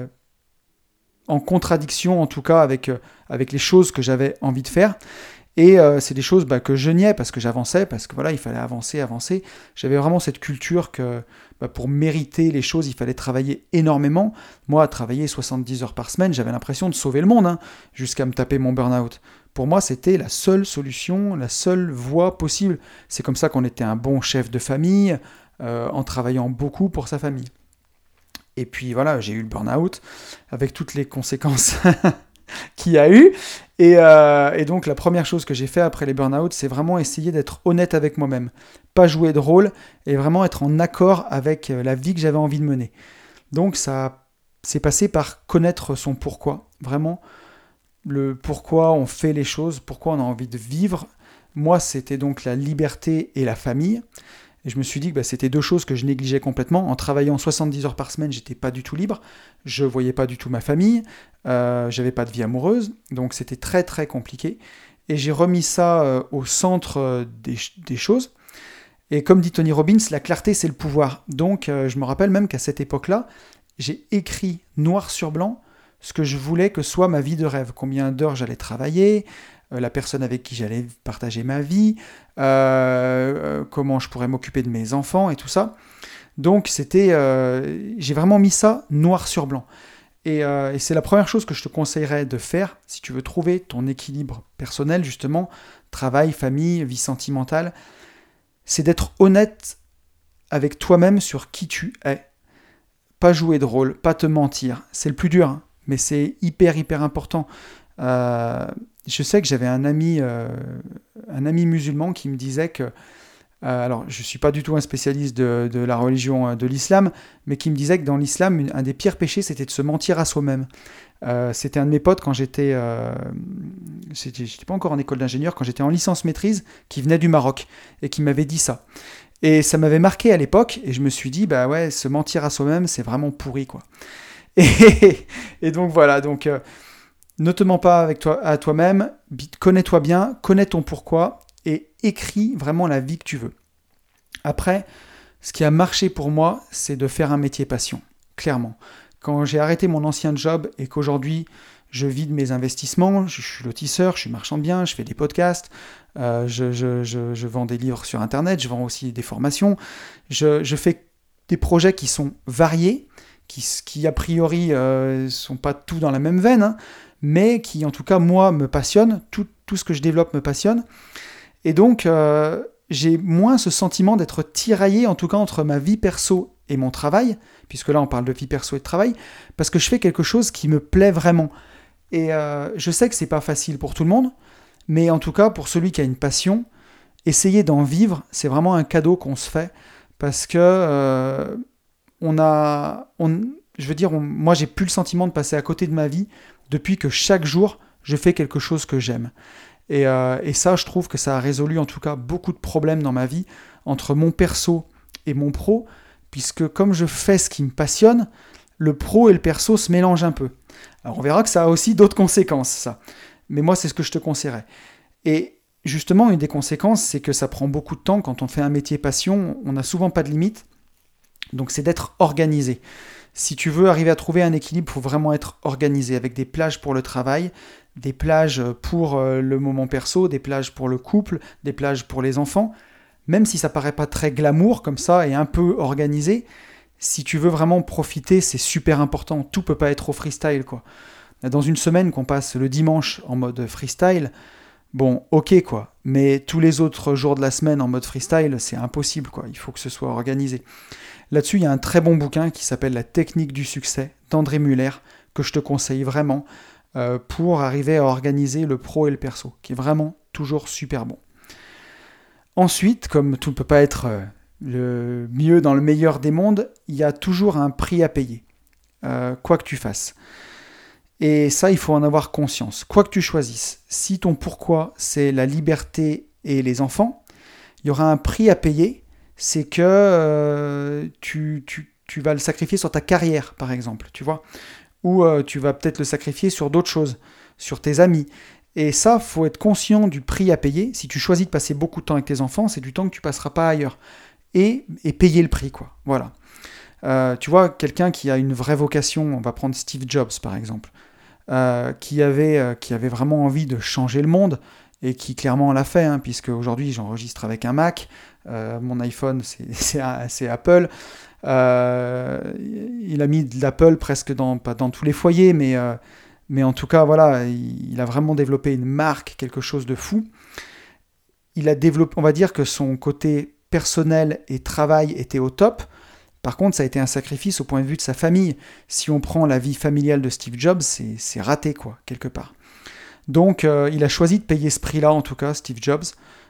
en contradiction, en tout cas, avec les choses que j'avais envie de faire. Et c'est des choses que je niais parce que j'avançais, parce que voilà, il fallait avancer. J'avais vraiment cette culture que pour mériter les choses, il fallait travailler énormément. Moi, travailler 70 heures par semaine, j'avais l'impression de sauver le monde, jusqu'à me taper mon burn-out. Pour moi, c'était la seule solution, la seule voie possible. C'est comme ça qu'on était un bon chef de famille, en travaillant beaucoup pour sa famille. Et puis voilà, j'ai eu le burn-out, avec toutes les conséquences qu'il y a eu. Et donc la première chose que j'ai fait après les burn-out, c'est vraiment essayer d'être honnête avec moi-même. Pas jouer de rôle, et vraiment être en accord avec la vie que j'avais envie de mener. Donc ça s'est passé par connaître son pourquoi. Vraiment, le pourquoi on fait les choses, pourquoi on a envie de vivre. Moi, c'était donc la liberté et la famille. Et je me suis dit que c'était deux choses que je négligeais complètement. En travaillant 70 heures par semaine, j'étais pas du tout libre. Je voyais pas du tout ma famille. J'avais pas de vie amoureuse. Donc c'était très très compliqué. Et j'ai remis ça au centre des choses. Et comme dit Tony Robbins, la clarté c'est le pouvoir. Donc je me rappelle même qu'à cette époque-là, j'ai écrit noir sur blanc ce que je voulais que soit ma vie de rêve. Combien d'heures j'allais travailler, la personne avec qui j'allais partager ma vie, comment je pourrais m'occuper de mes enfants et tout ça. Donc j'ai vraiment mis ça noir sur blanc. Et c'est la première chose que je te conseillerais de faire si tu veux trouver ton équilibre personnel, justement, travail, famille, vie sentimentale, c'est d'être honnête avec toi-même sur qui tu es. Pas jouer de rôle, pas te mentir. C'est le plus dur, mais c'est hyper, hyper important. Je sais que j'avais un ami musulman qui me disait que, alors je ne suis pas du tout un spécialiste de la religion de l'islam, mais qui me disait que dans l'islam, un des pires péchés, c'était de se mentir à soi-même. C'était un de mes potes quand j'étais pas encore en école d'ingénieur, quand j'étais en licence maîtrise, qui venait du Maroc et qui m'avait dit ça. Et ça m'avait marqué à l'époque, et je me suis dit, ouais, se mentir à soi-même, c'est vraiment pourri, quoi. Et donc voilà, donc ne te mens pas à toi-même, connais-toi bien, connais ton pourquoi, et écris vraiment la vie que tu veux. Après, ce qui a marché pour moi, c'est de faire un métier passion, clairement. Quand j'ai arrêté mon ancien job et qu'aujourd'hui je vis de mes investissements, je suis lotisseur, je suis marchand de biens, je fais des podcasts, je vends des livres sur internet, je vends aussi des formations, je fais des projets qui sont variés, qui a priori sont pas tous dans la même veine, mais qui en tout cas moi me passionnent, tout ce que je développe me passionne, et donc j'ai moins ce sentiment d'être tiraillé en tout cas entre ma vie perso et mon travail, puisque là on parle de vie perso et de travail, parce que je fais quelque chose qui me plaît vraiment. Et je sais que c'est pas facile pour tout le monde, mais en tout cas pour celui qui a une passion, essayer d'en vivre, c'est vraiment un cadeau qu'on se fait, parce que moi j'ai plus le sentiment de passer à côté de ma vie depuis que chaque jour je fais quelque chose que j'aime. Et ça, je trouve que ça a résolu en tout cas beaucoup de problèmes dans ma vie entre mon perso et mon pro, puisque comme je fais ce qui me passionne, le pro et le perso se mélangent un peu. Alors on verra que ça a aussi d'autres conséquences, ça. Mais moi, c'est ce que je te conseillerais. Et justement, une des conséquences, c'est que ça prend beaucoup de temps. Quand on fait un métier passion, on n'a souvent pas de limite. Donc c'est d'être organisé. Si tu veux arriver à trouver un équilibre, il faut vraiment être organisé, avec des plages pour le travail, des plages pour le moment perso, des plages pour le couple, des plages pour les enfants. Même si ça paraît pas très glamour comme ça et un peu organisé, si tu veux vraiment profiter, c'est super important. Tout peut pas être au freestyle, quoi. Dans une semaine qu'on passe le dimanche en mode freestyle, bon, ok, quoi. Mais tous les autres jours de la semaine en mode freestyle, c'est impossible, quoi. Il faut que ce soit organisé. Là-dessus, il y a un très bon bouquin qui s'appelle La technique du succès d'André Muller, que je te conseille vraiment pour arriver à organiser le pro et le perso, qui est vraiment toujours super bon. Ensuite, comme tout ne peut pas être le mieux dans le meilleur des mondes, il y a toujours un prix à payer, quoi que tu fasses. Et ça, il faut en avoir conscience. Quoi que tu choisisses, si ton pourquoi c'est la liberté et les enfants, il y aura un prix à payer, c'est que tu tu vas le sacrifier sur ta carrière, par exemple, tu vois. Ou tu vas peut-être le sacrifier sur d'autres choses, sur tes amis. Et ça, faut être conscient du prix à payer. Si tu choisis de passer beaucoup de temps avec tes enfants, c'est du temps que tu passeras pas ailleurs. Et payer le prix, quoi. Voilà. Tu vois, quelqu'un qui a une vraie vocation, on va prendre Steve Jobs, par exemple, qui avait vraiment envie de changer le monde, et qui clairement l'a fait, hein, puisque aujourd'hui j'enregistre avec un Mac, mon iPhone c'est Apple. Il a mis de l'Apple presque pas dans tous les foyers, mais en tout cas, voilà, il a vraiment développé une marque, quelque chose de fou. Il a développé, on va dire que son côté personnel et travail était au top. Par contre, ça a été un sacrifice au point de vue de sa famille. Si on prend la vie familiale de Steve Jobs, c'est raté, quoi, quelque part. Donc, il a choisi de payer ce prix-là, en tout cas, Steve Jobs,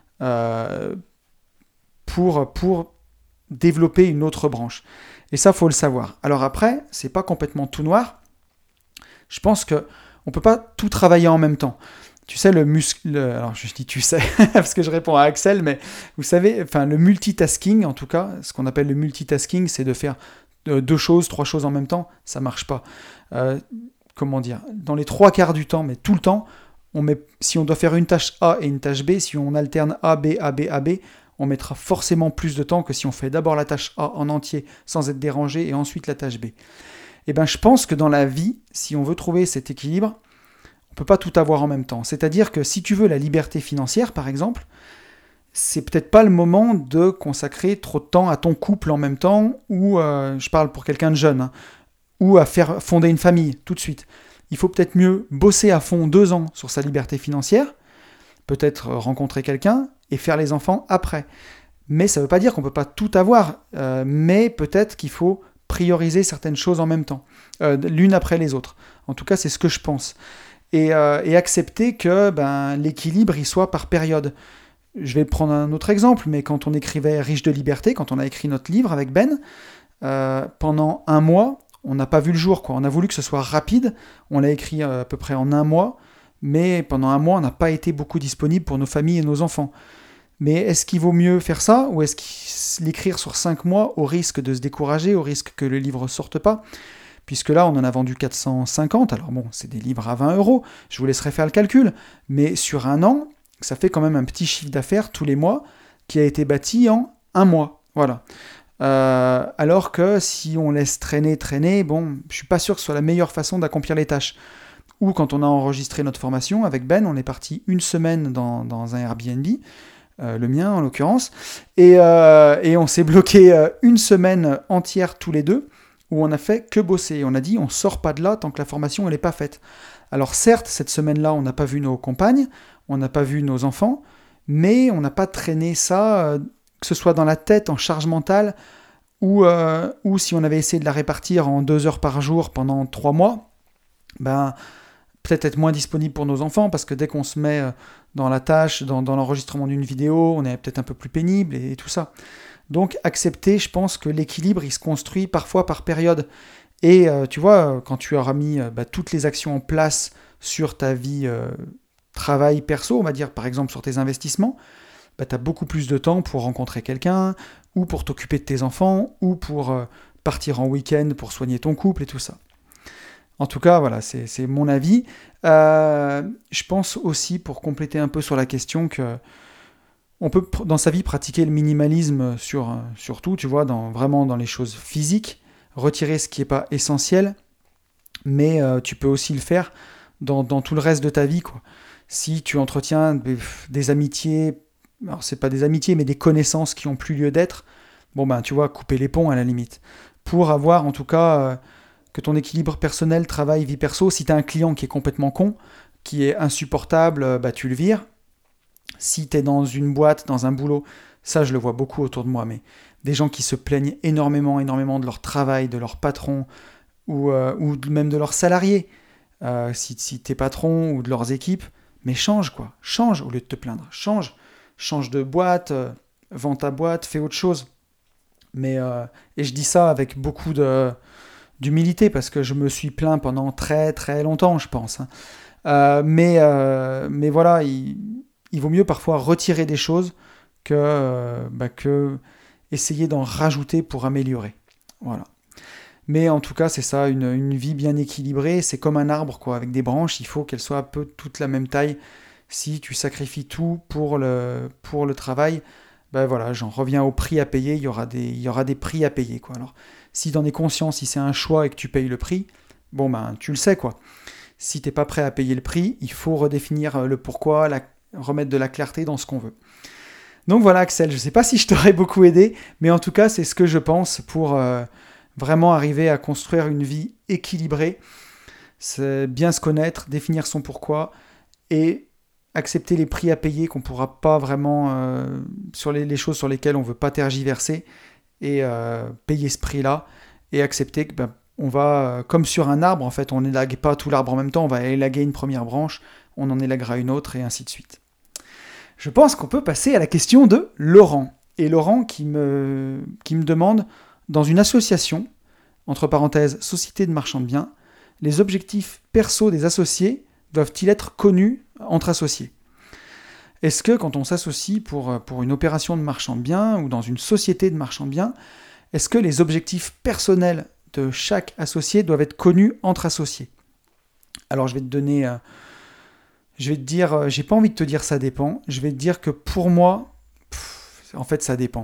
pour développer une autre branche. Et ça, faut le savoir. Alors après, c'est pas complètement tout noir. Je pense que on peut pas tout travailler en même temps. Tu sais, alors je dis tu sais, parce que je réponds à Axel, mais vous savez, enfin, le multitasking, en tout cas, ce qu'on appelle le multitasking, c'est de faire 2 choses, 3 choses en même temps, ça marche pas. Comment dire, dans les 3 quarts du temps, mais tout le temps, si on doit faire une tâche A et une tâche B, si on alterne A, B, A, B, A, B, on mettra forcément plus de temps que si on fait d'abord la tâche A en entier sans être dérangé et ensuite la tâche B. Et ben, je pense que dans la vie, si on veut trouver cet équilibre, on ne peut pas tout avoir en même temps. C'est-à-dire que si tu veux la liberté financière, par exemple, c'est peut-être pas le moment de consacrer trop de temps à ton couple en même temps, ou, je parle pour quelqu'un de jeune, hein, ou à faire fonder une famille tout de suite. Il faut peut-être mieux bosser à fond 2 ans sur sa liberté financière, peut-être rencontrer quelqu'un et faire les enfants après. Mais ça ne veut pas dire qu'on ne peut pas tout avoir, mais peut-être qu'il faut prioriser certaines choses en même temps, l'une après les autres. En tout cas, c'est ce que je pense. Et accepter que l'équilibre il soit par période. Je vais prendre un autre exemple, mais quand on écrivait Riche de liberté, quand on a écrit notre livre avec Ben, pendant 1 mois, on n'a pas vu le jour, quoi. On a voulu que ce soit rapide, on l'a écrit à peu près en 1 mois, mais pendant 1 mois, on n'a pas été beaucoup disponible pour nos familles et nos enfants. Mais est-ce qu'il vaut mieux faire ça, ou est-ce l'écrire sur 5 mois au risque de se décourager, au risque que le livre ne sorte pas ? Puisque là, on en a vendu 450, alors bon, c'est des livres à 20 €, je vous laisserai faire le calcul, mais sur 1 an, ça fait quand même un petit chiffre d'affaires tous les mois qui a été bâti en 1 mois. Voilà. Alors que si on laisse traîner, bon, je suis pas sûr que ce soit la meilleure façon d'accomplir les tâches. Ou quand on a enregistré notre formation avec Ben, on est parti 1 semaine dans un Airbnb, le mien en l'occurrence, et on s'est bloqué 1 semaine entière tous les deux, où on a fait que bosser. On a dit, on sort pas de là tant que la formation elle n'est pas faite. Alors certes, cette semaine-là, on n'a pas vu nos compagnes, on n'a pas vu nos enfants, mais on n'a pas traîné ça, que ce soit dans la tête, en charge mentale, ou si on avait essayé de la répartir en 2 heures par jour pendant 3 mois, peut-être être moins disponible pour nos enfants, parce que dès qu'on se met dans la tâche, dans l'enregistrement d'une vidéo, on est peut-être un peu plus pénible et tout ça. Donc accepter, je pense que l'équilibre, il se construit parfois par période. Et tu vois, quand tu auras mis toutes les actions en place sur ta vie travail perso, on va dire par exemple sur tes investissements, tu as beaucoup plus de temps pour rencontrer quelqu'un, ou pour t'occuper de tes enfants, ou pour partir en week-end pour soigner ton couple et tout ça. En tout cas, voilà, c'est mon avis. Je pense aussi, pour compléter un peu sur la question, que on peut dans sa vie pratiquer le minimalisme sur tout, tu vois, vraiment dans les choses physiques, retirer ce qui n'est pas essentiel, mais tu peux aussi le faire dans tout le reste de ta vie, quoi. Si tu entretiens des amitiés, alors c'est pas des amitiés, mais des connaissances qui n'ont plus lieu d'être, bon tu vois, couper les ponts à la limite. Pour avoir en tout cas que ton équilibre personnel, travail, vie perso, si tu as un client qui est complètement con, qui est insupportable, tu le vires. Si tu es dans une boîte, dans un boulot, ça je le vois beaucoup autour de moi, mais des gens qui se plaignent énormément de leur travail, de leur patron, ou même de leurs salariés, si t'es patron ou de leurs équipes, mais change quoi, change au lieu de te plaindre, change de boîte, vends ta boîte, fais autre chose. Mais et je dis ça avec beaucoup d'humilité parce que je me suis plaint pendant très très longtemps, je pense. Mais voilà, il vaut mieux parfois retirer des choses que essayer d'en rajouter pour améliorer. Voilà. Mais en tout cas, c'est ça, une vie bien équilibrée. C'est comme un arbre, quoi, avec des branches. Il faut qu'elles soient un peu toutes la même taille. Si tu sacrifies tout pour le travail, ben voilà, j'en reviens au prix à payer. Il y aura des prix à payer, quoi. Alors, si t'en es conscient, si c'est un choix et que tu payes le prix, bon ben, tu le sais, quoi. Si t'es pas prêt à payer le prix, il faut redéfinir le pourquoi, remettre de la clarté dans ce qu'on veut. Donc voilà, Axel, je ne sais pas si je t'aurais beaucoup aidé, mais en tout cas, c'est ce que je pense pour vraiment arriver à construire une vie équilibrée. C'est bien se connaître, définir son pourquoi et accepter les prix à payer qu'on ne pourra pas vraiment, sur les choses sur lesquelles on ne veut pas tergiverser, et payer ce prix-là et accepter que on va, comme sur un arbre, en fait, on n'élague pas tout l'arbre en même temps, on va élaguer une première branche, on en élaguera une autre et ainsi de suite. Je pense qu'on peut passer à la question de Laurent. Et Laurent qui me demande, dans une association, entre parenthèses, société de marchand de biens, les objectifs perso des associés doivent-ils être connus entre associés ? Est-ce que quand on s'associe pour une opération de marchand de biens ou dans une société de marchand de biens, est-ce que les objectifs personnels de chaque associé doivent être connus entre associés ? Alors je vais te donner... Je vais te dire, j'ai pas envie de te dire ça dépend. Je vais te dire que pour moi, en fait, ça dépend.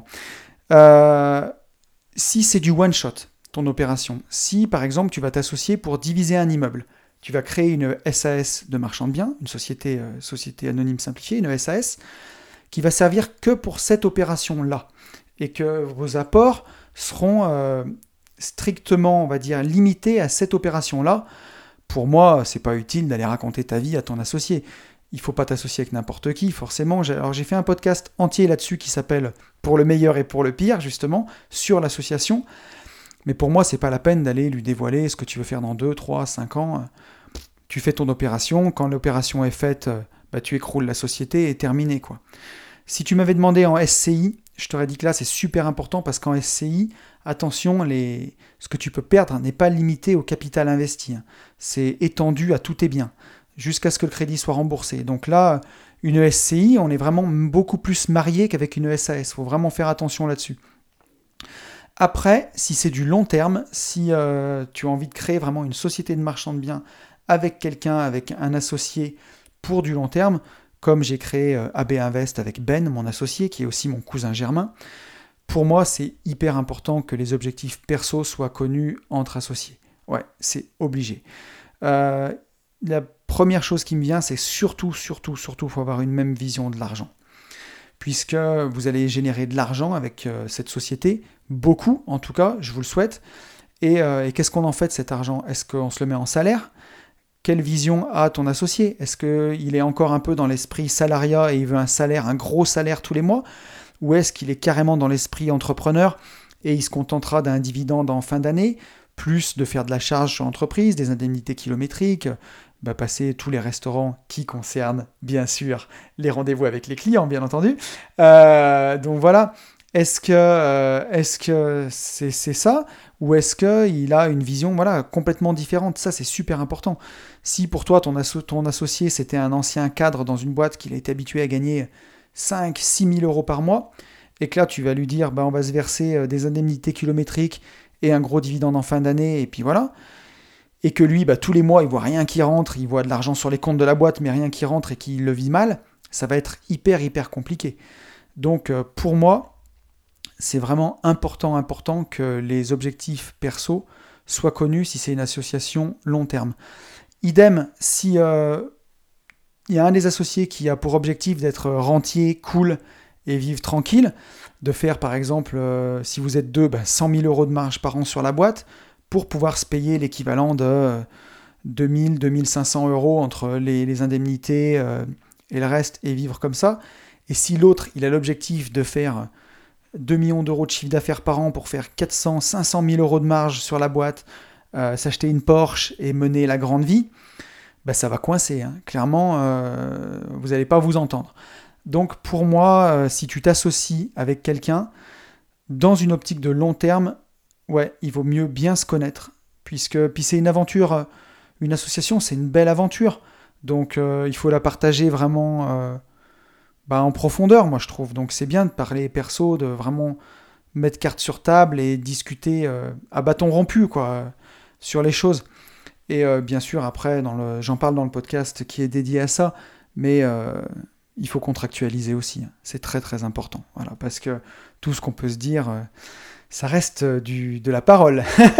Si c'est du one shot, ton opération, si par exemple tu vas t'associer pour diviser un immeuble, tu vas créer une SAS de marchand de biens, une société anonyme simplifiée, une SAS, qui va servir que pour cette opération-là, et que vos apports seront strictement, on va dire, limités à cette opération-là. Pour moi, c'est pas utile d'aller raconter ta vie à ton associé. Il faut pas t'associer avec n'importe qui, forcément. Alors j'ai fait un podcast entier là-dessus qui s'appelle « Pour le meilleur et pour le pire », justement, sur l'association. Mais pour moi, c'est pas la peine d'aller lui dévoiler ce que tu veux faire dans 2, 3, 5 ans. Tu fais ton opération, quand l'opération est faite, tu écroules la société et terminé, quoi. Si tu m'avais demandé en SCI, je t'aurais dit que là, c'est super important parce qu'en SCI, attention, ce que tu peux perdre n'est pas limité au capital investi. C'est étendu à tous tes biens, jusqu'à ce que le crédit soit remboursé. Donc là, une SCI, on est vraiment beaucoup plus marié qu'avec une SAS. Il faut vraiment faire attention là-dessus. Après, si c'est du long terme, si tu as envie de créer vraiment une société de marchand de biens avec quelqu'un, avec un associé pour du long terme, comme j'ai créé AB Invest avec Ben, mon associé, qui est aussi mon cousin germain, pour moi, c'est hyper important que les objectifs perso soient connus entre associés. Ouais, c'est obligé. La première chose qui me vient, c'est surtout, il faut avoir une même vision de l'argent. Puisque vous allez générer de l'argent avec cette société, beaucoup en tout cas, je vous le souhaite. Et qu'est-ce qu'on en fait de cet argent ? Est-ce qu'on se le met en salaire ? Quelle vision a ton associé ? Est-ce qu'il est encore un peu dans l'esprit salariat et il veut un salaire, un gros salaire tous les mois ? Ou est-ce qu'il est carrément dans l'esprit entrepreneur et il se contentera d'un dividende en fin d'année, plus de faire de la charge sur l'entreprise, des indemnités kilométriques, passer tous les restaurants qui concernent, bien sûr, les rendez-vous avec les clients, bien entendu. Donc voilà, est-ce que c'est ça ? Ou est-ce qu'il a une vision complètement différente ? Ça, c'est super important. Si pour toi, ton associé, c'était un ancien cadre dans une boîte qu'il a été habitué à gagner 5-6 000 euros par mois, et que là, tu vas lui dire, on va se verser des indemnités kilométriques et un gros dividende en fin d'année, et puis voilà, et que lui, tous les mois, il voit rien qui rentre, il voit de l'argent sur les comptes de la boîte, mais rien qui rentre et qu'il le vit mal, ça va être hyper compliqué. Donc, pour moi, c'est vraiment important que les objectifs perso soient connus si c'est une association long terme. Idem, si y a un des associés qui a pour objectif d'être rentier, cool et vivre tranquille, de faire par exemple, si vous êtes deux, 100 000 euros de marge par an sur la boîte pour pouvoir se payer l'équivalent de 2000, 2500 euros entre les indemnités et le reste et vivre comme ça. Et si l'autre, il a l'objectif de faire 2 millions d'euros de chiffre d'affaires par an pour faire 400, 500 000 euros de marge sur la boîte, s'acheter une Porsche et mener la grande vie, ça va coincer. Hein. Clairement, vous n'allez pas vous entendre. Donc pour moi, si tu t'associes avec quelqu'un, dans une optique de long terme, il vaut mieux bien se connaître. Puis c'est une aventure, une association, c'est une belle aventure. Donc il faut la partager vraiment en profondeur, moi je trouve. Donc c'est bien de parler perso, de vraiment mettre carte sur table et discuter à bâton rompu, quoi, sur les choses. Et bien sûr, après, j'en parle dans le podcast qui est dédié à ça, mais il faut contractualiser aussi. C'est très très important. Voilà, parce que tout ce qu'on peut se dire, ça reste de la parole.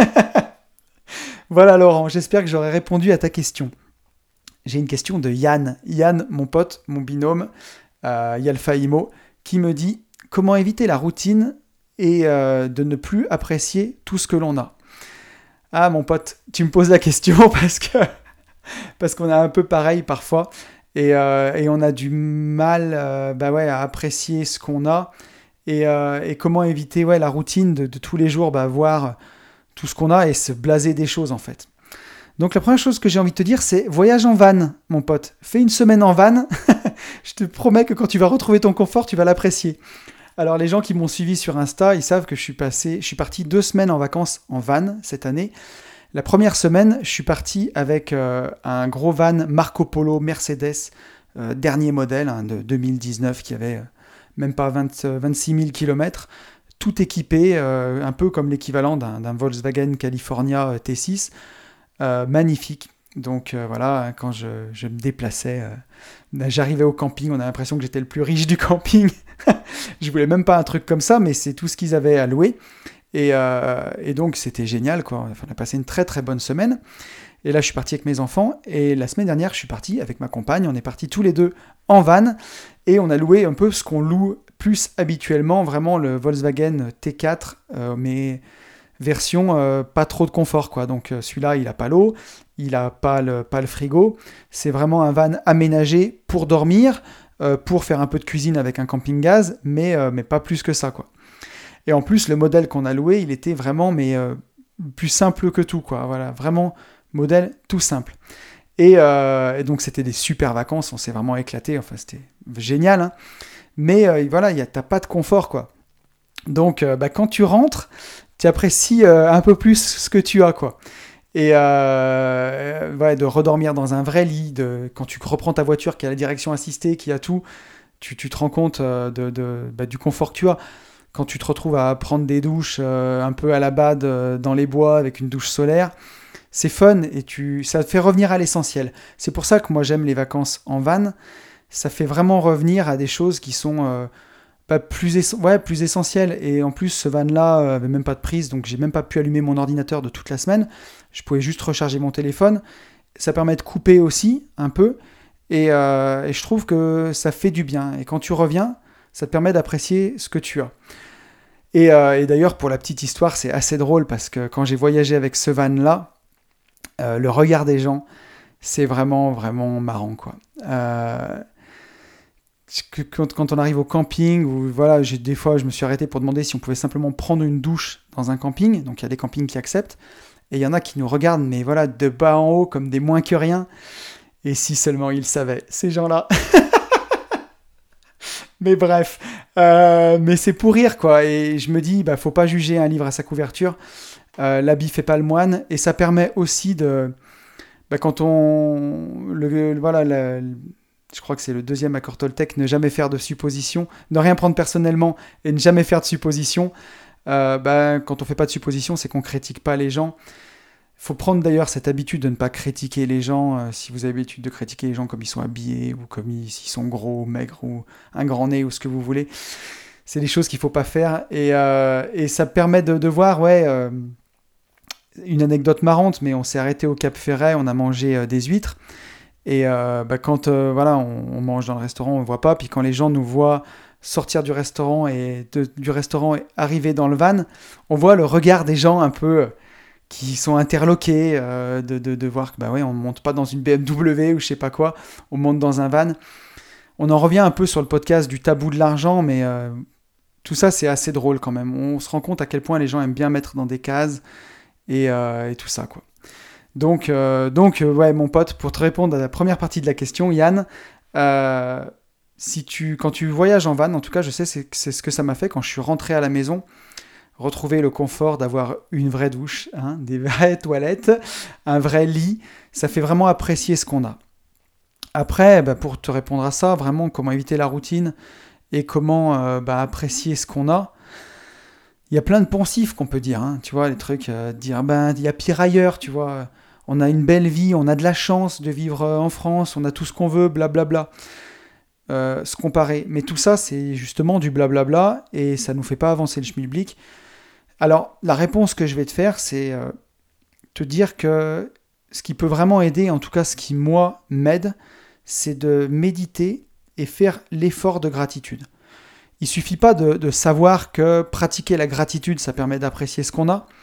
Voilà Laurent, j'espère que j'aurai répondu à ta question. J'ai une question de Yann. Yann, mon pote, mon binôme, Yalfa Imo, qui me dit comment éviter la routine et de ne plus apprécier tout ce que l'on a. Ah mon pote, tu me poses la question parce qu'on a un peu pareil parfois et on a du mal à apprécier ce qu'on a et comment éviter la routine de tous les jours, voir tout ce qu'on a et se blaser des choses en fait. Donc la première chose que j'ai envie de te dire, c'est voyage en van, mon pote. Fais une semaine en van, je te promets que quand tu vas retrouver ton confort, tu vas l'apprécier. Alors les gens qui m'ont suivi sur Insta, ils savent que je suis parti 2 semaines en vacances en van cette année. La première semaine, je suis parti avec un gros van Marco Polo Mercedes, dernier modèle de 2019 qui avait même pas 26 000 km, tout équipé, un peu comme l'équivalent d'un Volkswagen California T6, magnifique. Donc voilà, quand je me déplaçais, j'arrivais au camping, on a l'impression que j'étais le plus riche du camping. Je voulais même pas un truc comme ça, mais c'est tout ce qu'ils avaient à louer. Et donc c'était génial, quoi. Enfin, on a passé une très très bonne semaine. Et là, je suis parti avec mes enfants. Et la semaine dernière, je suis parti avec ma compagne. On est partis tous les deux en van. Et on a loué un peu ce qu'on loue plus habituellement, vraiment le Volkswagen T4, mais version pas trop de confort, quoi. Donc celui-là, il n'a pas l'eau, il n'a pas le frigo. C'est vraiment un van aménagé pour dormir, pour faire un peu de cuisine avec un camping-gaz, mais pas plus que ça, quoi. Et en plus, le modèle qu'on a loué, il était vraiment plus simple que tout, quoi. Voilà, vraiment modèle tout simple. Et donc c'était des super vacances, on s'est vraiment éclaté, enfin c'était génial, hein. Mais voilà, t'as pas de confort, quoi. Donc quand tu rentres, tu apprécies un peu plus ce que tu as, quoi. Et de redormir dans un vrai lit, quand tu reprends ta voiture qui a la direction assistée, qui a tout, tu te rends compte du confort que tu as. Quand tu te retrouves à prendre des douches un peu à la bade dans les bois avec une douche solaire, c'est fun et ça te fait revenir à l'essentiel. C'est pour ça que moi j'aime les vacances en van. Ça fait vraiment revenir à des choses qui sont plus essentielles. Et en plus, ce van-là avait même pas de prise, donc j'ai même pas pu allumer mon ordinateur de toute la semaine. Je pouvais juste recharger mon téléphone. Ça permet de couper aussi un peu. Et je trouve que ça fait du bien. Et quand tu reviens, ça te permet d'apprécier ce que tu as. Et d'ailleurs, pour la petite histoire, c'est assez drôle parce que quand j'ai voyagé avec ce van-là, le regard des gens, c'est vraiment, vraiment marrant, quoi. Quand on arrive au camping, ou voilà, des fois, je me suis arrêté pour demander si on pouvait simplement prendre une douche dans un camping. Donc, il y a des campings qui acceptent. Et il y en a qui nous regardent, mais voilà, de bas en haut, comme des moins que rien. Et si seulement ils savaient, ces gens-là. Mais bref, mais c'est pour rire, quoi. Et je me dis, faut pas juger un livre à sa couverture. L'habit fait pas le moine. Et ça permet aussi quand je crois que c'est le 2e accord Toltec, ne jamais faire de suppositions, ne rien prendre personnellement et ne jamais faire de suppositions. Quand on fait pas de suppositions, c'est qu'on critique pas les gens. Il faut prendre d'ailleurs cette habitude de ne pas critiquer les gens. Si vous avez l'habitude de critiquer les gens comme ils sont habillés, ou comme s'ils sont gros, ou maigres, ou un grand nez, ou ce que vous voulez, c'est des choses qu'il ne faut pas faire. Et ça permet de voir, une anecdote marrante, mais on s'est arrêté au Cap Ferret, on a mangé des huîtres. Et quand on mange dans le restaurant, on ne voit pas. Puis quand les gens nous voient sortir du restaurant et arriver dans le van, on voit le regard des gens un peu qui sont interloqués de voir que on ne monte pas dans une BMW ou je sais pas quoi, on monte dans un van. On en revient un peu sur le podcast du tabou de l'argent, mais tout ça c'est assez drôle quand même. On se rend compte à quel point les gens aiment bien mettre dans des cases et tout ça, quoi. Donc, mon pote, pour te répondre à la première partie de la question, Yann, quand tu voyages en van, en tout cas je sais c'est ce que ça m'a fait quand je suis rentré à la maison. Retrouver le confort d'avoir une vraie douche, des vraies toilettes, un vrai lit, ça fait vraiment apprécier ce qu'on a. Après, pour te répondre à ça, vraiment comment éviter la routine et comment apprécier ce qu'on a, Il y a plein de poncifs qu'on peut dire, hein, tu vois, les trucs, dire, il y a pire ailleurs, tu vois, on a une belle vie, on a de la chance de vivre en France, on a tout ce qu'on veut, blablabla. Se comparer. Mais tout ça, c'est justement du blablabla, et ça nous fait pas avancer le schmilblick. Alors, la réponse que je vais te faire, c'est te dire que ce qui peut vraiment aider, en tout cas ce qui, moi, m'aide, c'est de méditer et faire l'effort de gratitude. Il suffit pas de savoir que pratiquer la gratitude, ça permet d'apprécier ce qu'on a.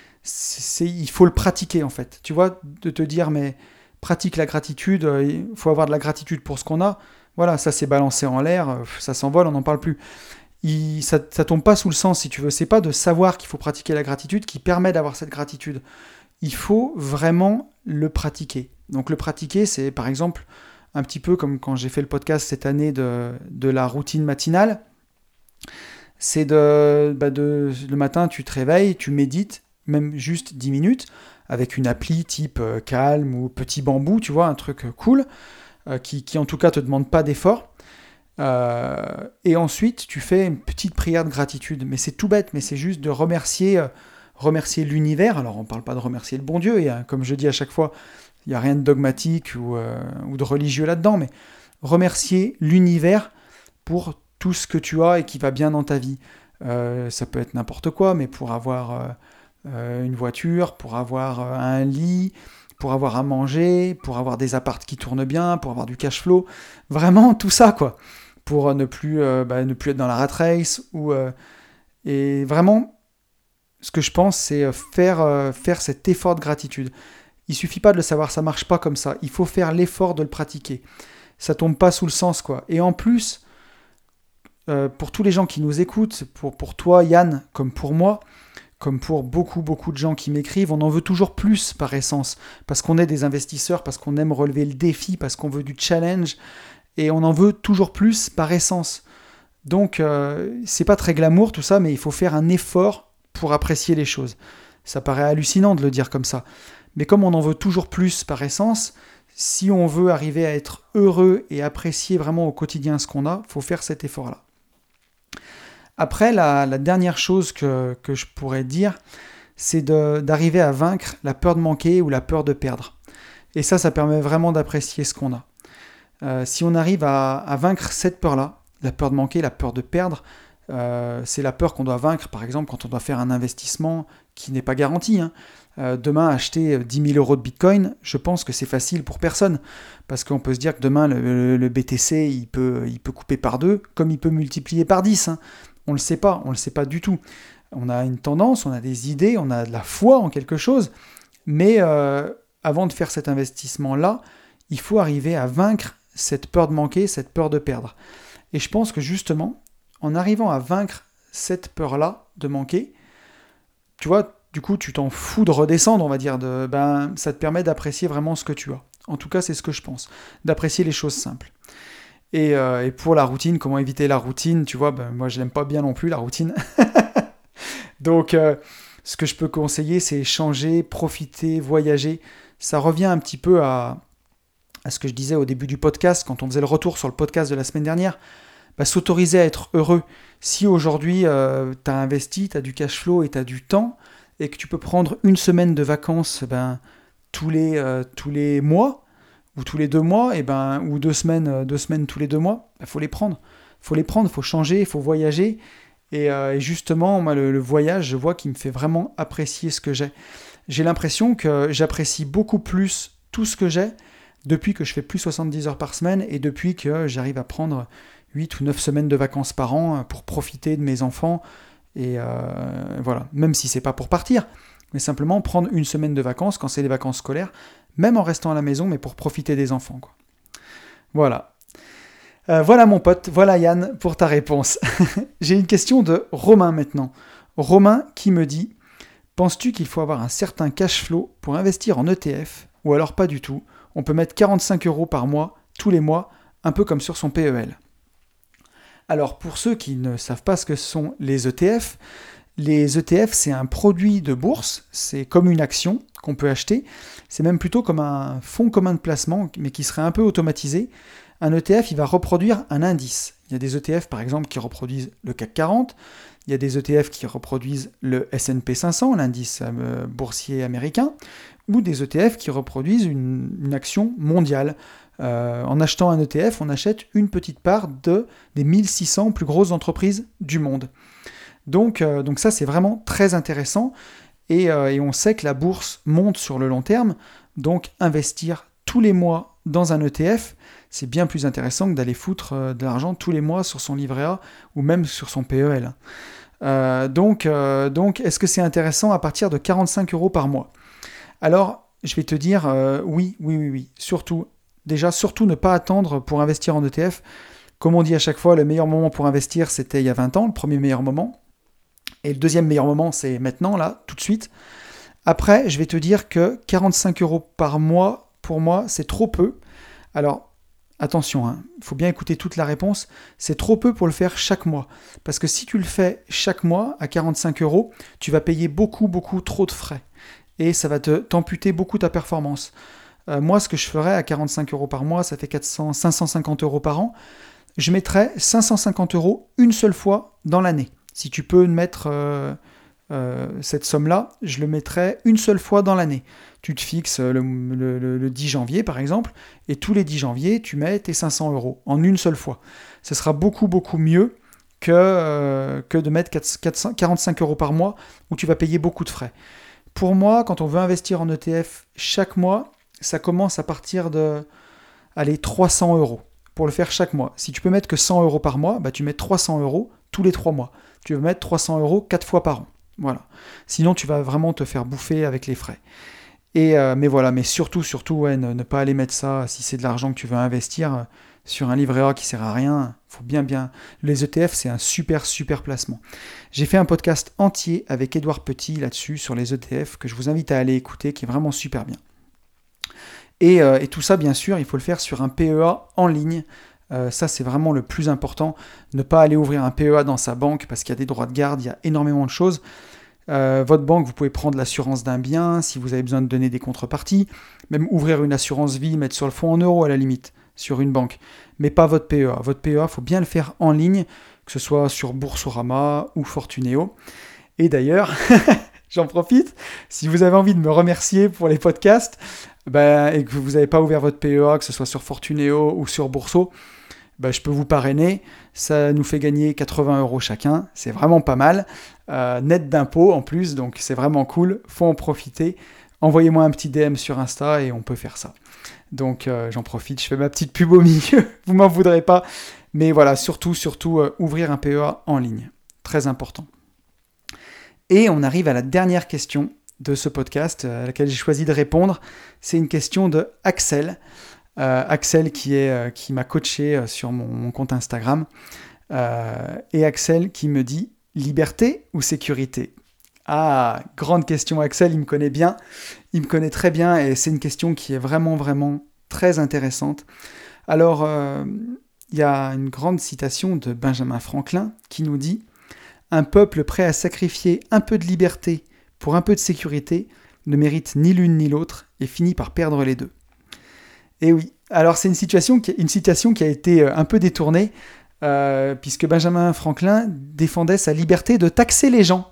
Il faut le pratiquer, en fait. Tu vois, de te dire, mais pratique la gratitude, il faut avoir de la gratitude pour ce qu'on a. Voilà, ça c'est balancé en l'air, ça s'envole, on n'en parle plus. Ça tombe pas sous le sens, si tu veux. C'est pas de savoir qu'il faut pratiquer la gratitude qui permet d'avoir cette gratitude. Il faut vraiment le pratiquer. Donc le pratiquer, c'est par exemple un petit peu comme quand j'ai fait le podcast cette année de la routine matinale. C'est le matin, tu te réveilles, tu médites, même juste 10 minutes, avec une appli type Calm ou Petit Bambou, tu vois, un truc cool, qui en tout cas te demande pas d'effort. Et ensuite, tu fais une petite prière de gratitude. Mais c'est tout bête, mais c'est juste de remercier l'univers. Alors, on ne parle pas de remercier le bon Dieu, et comme je dis à chaque fois, il n'y a rien de dogmatique ou de religieux là-dedans, mais remercier l'univers pour tout ce que tu as et qui va bien dans ta vie. Ça peut être n'importe quoi, mais pour avoir une voiture, pour avoir un lit, pour avoir à manger, pour avoir des apparts qui tournent bien, pour avoir du cash flow, vraiment tout ça, quoi. Pour ne plus être dans la rat race, et vraiment, ce que je pense, c'est faire cet effort de gratitude. Il suffit pas de le savoir, ça marche pas comme ça. Il faut faire l'effort de le pratiquer. Ça tombe pas sous le sens, quoi. Et en plus, pour tous les gens qui nous écoutent, pour toi, Yann, comme pour moi, comme pour beaucoup, beaucoup de gens qui m'écrivent, on en veut toujours plus par essence, parce qu'on est des investisseurs, parce qu'on aime relever le défi, parce qu'on veut du challenge, et on en veut toujours plus par essence. Donc, c'est pas très glamour tout ça, mais il faut faire un effort pour apprécier les choses. Ça paraît hallucinant de le dire comme ça. Mais comme on en veut toujours plus par essence, si on veut arriver à être heureux et apprécier vraiment au quotidien ce qu'on a, il faut faire cet effort-là. Après, la dernière chose que je pourrais dire, c'est d'arriver à vaincre la peur de manquer ou la peur de perdre. Et ça permet vraiment d'apprécier ce qu'on a. Si on arrive à vaincre cette peur-là, la peur de manquer, la peur de perdre, c'est la peur qu'on doit vaincre, par exemple, quand on doit faire un investissement qui n'est pas garanti. Demain, acheter 10 000 euros de Bitcoin, je pense que c'est facile pour personne. Parce qu'on peut se dire que demain, le BTC, il peut couper par 2, comme il peut multiplier par 10. On ne le sait pas du tout. On a une tendance, on a des idées, on a de la foi en quelque chose, mais avant de faire cet investissement-là, il faut arriver à vaincre cette peur de manquer, cette peur de perdre. Et je pense que justement, en arrivant à vaincre cette peur-là de manquer, tu vois, du coup, tu t'en fous de redescendre, on va dire, ça te permet d'apprécier vraiment ce que tu as. En tout cas, c'est ce que je pense, d'apprécier les choses simples. Et pour la routine, comment éviter la routine, tu vois, moi je l'aime pas bien non plus, la routine. Donc, ce que je peux conseiller, c'est changer, profiter, voyager. Ça revient un petit peu à ce que je disais au début du podcast, quand on faisait le retour sur le podcast de la semaine dernière. S'autoriser à être heureux. Si aujourd'hui, tu as investi, tu as du cash flow et tu as du temps, et que tu peux prendre une semaine de vacances tous les mois, ou tous les 2 mois, ou 2 semaines tous les 2 mois, faut les prendre. Faut changer, il faut voyager. Et justement, moi, le voyage, je vois qu'il me fait vraiment apprécier ce que j'ai. J'ai l'impression que j'apprécie beaucoup plus tout ce que j'ai depuis que je fais plus 70 heures par semaine et depuis que j'arrive à prendre 8 ou 9 semaines de vacances par an pour profiter de mes enfants. Et voilà, même si c'est pas pour partir, mais simplement prendre une semaine de vacances quand c'est les vacances scolaires, même en restant à la maison, mais pour profiter des enfants, quoi. Voilà. Voilà mon pote, voilà Yann pour ta réponse. J'ai une question de Romain maintenant. Romain qui me dit « Penses-tu qu'il faut avoir un certain cash flow pour investir en ETF ou alors pas du tout? On peut mettre 45 € par mois, tous les mois, un peu comme sur son PEL. » Alors pour ceux qui ne savent pas ce que sont les ETF c'est un produit de bourse, c'est comme une action qu'on peut acheter, c'est même plutôt comme un fonds commun de placement, mais qui serait un peu automatisé. Un ETF, il va reproduire un indice. Il y a des ETF par exemple qui reproduisent le CAC 40, Il y a des ETF qui reproduisent le S&P 500, l'indice boursier américain, ou des ETF qui reproduisent une action mondiale. En achetant un ETF, on achète une petite part des 1600 plus grosses entreprises du monde. Donc ça, c'est vraiment très intéressant. Et on sait que la bourse monte sur le long terme. Donc investir tous les mois dans un ETF, c'est bien plus intéressant que d'aller foutre de l'argent tous les mois sur son livret A ou même sur son PEL. Donc, est-ce que c'est intéressant à partir de 45 € par mois ? Alors, je vais te dire oui. Surtout ne pas attendre pour investir en ETF. Comme on dit à chaque fois, le meilleur moment pour investir, c'était il y a 20 ans, le premier meilleur moment. Et le deuxième meilleur moment, c'est maintenant, là, tout de suite. Après, je vais te dire que 45 € par mois, pour moi, c'est trop peu. Alors, attention, il faut bien écouter toute la réponse. C'est trop peu pour le faire chaque mois. Parce que si tu le fais chaque mois à 45 €, tu vas payer beaucoup trop de frais. Et ça va t'amputer beaucoup ta performance. Moi, ce que je ferais à 45 € par mois, ça fait 550 € par an. Je mettrais 550 € une seule fois dans l'année. Si tu peux mettre cette somme-là, je le mettrais une seule fois dans l'année. Tu te fixes le 10 janvier, par exemple, et tous les 10 janvier, tu mets tes 500 € en une seule fois. Ce sera beaucoup mieux que de mettre 45 € par mois où tu vas payer beaucoup de frais. Pour moi, quand on veut investir en ETF chaque mois, ça commence à partir de 300 € pour le faire chaque mois. Si tu peux mettre que 100 € par mois, tu mets 300 € tous les 3 mois. Tu vas mettre 300 € 4 fois par an. Voilà. Sinon, tu vas vraiment te faire bouffer avec les frais. Mais surtout, ne pas aller mettre ça, si c'est de l'argent que tu veux investir, sur un livret A qui sert à rien. Faut bien. Les ETF, c'est un super placement. J'ai fait un podcast entier avec Édouard Petit là-dessus, sur les ETF, que je vous invite à aller écouter, qui est vraiment super bien. Et tout ça, bien sûr, il faut le faire sur un PEA en ligne. Ça, c'est vraiment le plus important. Ne pas aller ouvrir un PEA dans sa banque parce qu'il y a des droits de garde, il y a énormément de choses. Votre banque, vous pouvez prendre l'assurance d'un bien si vous avez besoin de donner des contreparties. Même ouvrir une assurance vie, mettre sur le fonds en euros à la limite, sur une banque. Mais pas votre PEA. Votre PEA, il faut bien le faire en ligne, que ce soit sur Boursorama ou Fortuneo. Et d'ailleurs, j'en profite, si vous avez envie de me remercier pour les podcasts, et que vous n'avez pas ouvert votre PEA, que ce soit sur Fortuneo ou sur Bourso, je peux vous parrainer. Ça nous fait gagner 80 € chacun. C'est vraiment pas mal. Net d'impôts en plus, donc c'est vraiment cool. Faut en profiter. Envoyez-moi un petit DM sur Insta et on peut faire ça. Donc j'en profite, je fais ma petite pub au milieu. Vous m'en voudrez pas. Mais voilà, surtout ouvrir un PEA en ligne. Très important. Et on arrive à la dernière question de ce podcast à laquelle j'ai choisi de répondre. C'est une question de Axel. Axel qui m'a coaché sur mon compte Instagram. Et Axel qui me dit « Liberté ou sécurité ?» Ah, grande question Axel, il me connaît bien. Il me connaît très bien et c'est une question qui est vraiment très intéressante. Alors, il y a une grande citation de Benjamin Franklin qui nous dit « Un peuple prêt à sacrifier un peu de liberté pour un peu de sécurité ne mérite ni l'une ni l'autre et finit par perdre les deux. » Et oui, alors c'est une citation qui a été un peu détournée, puisque Benjamin Franklin défendait sa liberté de taxer les gens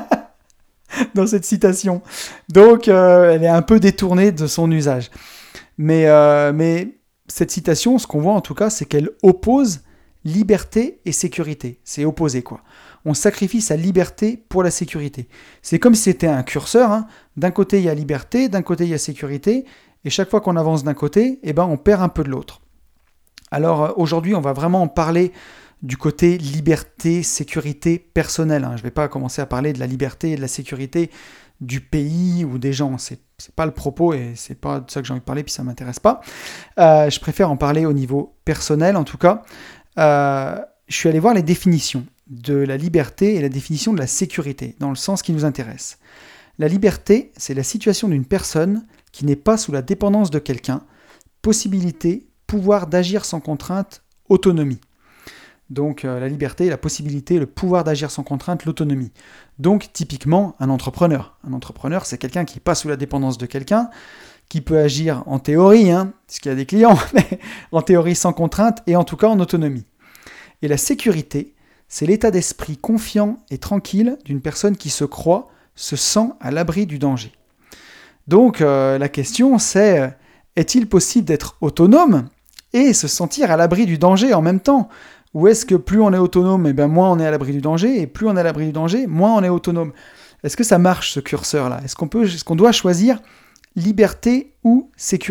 dans cette citation. Donc elle est un peu détournée de son usage. Mais cette citation, ce qu'on voit en tout cas, c'est qu'elle oppose liberté et sécurité. C'est opposé, quoi. On sacrifie sa liberté pour la sécurité. C'est comme si c'était un curseur. D'un côté, il y a liberté, d'un côté, il y a sécurité. Et chaque fois qu'on avance d'un côté, on perd un peu de l'autre. Alors aujourd'hui, on va vraiment en parler du côté liberté, sécurité personnelle. Je ne vais pas commencer à parler de la liberté et de la sécurité du pays ou des gens. C'est pas le propos et c'est pas de ça que j'ai envie de parler, puis ça ne m'intéresse pas. Je préfère en parler au niveau personnel, en tout cas. Je suis allé voir les définitions de la liberté et la définition de la sécurité, dans le sens qui nous intéresse. La liberté, c'est la situation d'une personne qui n'est pas sous la dépendance de quelqu'un, possibilité, pouvoir d'agir sans contrainte, autonomie. Donc la liberté, la possibilité, le pouvoir d'agir sans contrainte, l'autonomie. Donc typiquement un entrepreneur. Un entrepreneur, c'est quelqu'un qui n'est pas sous la dépendance de quelqu'un, qui peut agir en théorie, puisqu'il y a des clients, mais en théorie sans contrainte et en tout cas en autonomie. Et la sécurité, c'est l'état d'esprit confiant et tranquille d'une personne qui se croit, se sent à l'abri du danger. Donc la question c'est, est-il possible d'être autonome et se sentir à l'abri du danger en même temps ? Ou est-ce que plus on est autonome, moins on est à l'abri du danger, et plus on est à l'abri du danger, moins on est autonome ? Est-ce que ça marche ce curseur-là ? Est-ce qu'on doit choisir liberté ou sécurité ?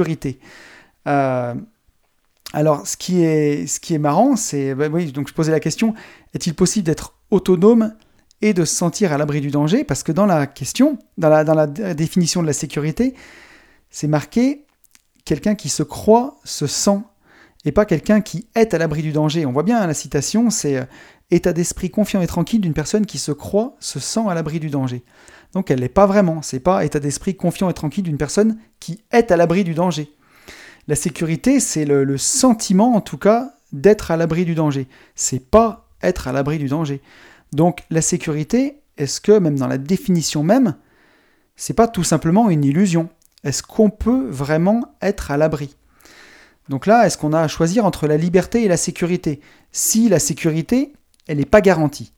Alors, ce qui est marrant, c'est... donc je posais la question, est-il possible d'être autonome et de se sentir à l'abri du danger ? Parce que dans la question, dans la définition de la sécurité, c'est marqué quelqu'un qui se croit, se sent, et pas quelqu'un qui est à l'abri du danger. On voit bien la citation, c'est état d'esprit confiant et tranquille d'une personne qui se croit, se sent à l'abri du danger. Donc elle ne l'est pas vraiment, c'est pas état d'esprit confiant et tranquille d'une personne qui est à l'abri du danger. La sécurité, c'est le sentiment, en tout cas, d'être à l'abri du danger. C'est pas être à l'abri du danger. Donc la sécurité, est-ce que, même dans la définition même, c'est pas tout simplement une illusion ? Est-ce qu'on peut vraiment être à l'abri ? Donc là, est-ce qu'on a à choisir entre la liberté et la sécurité ? Si la sécurité, elle n'est pas garantie.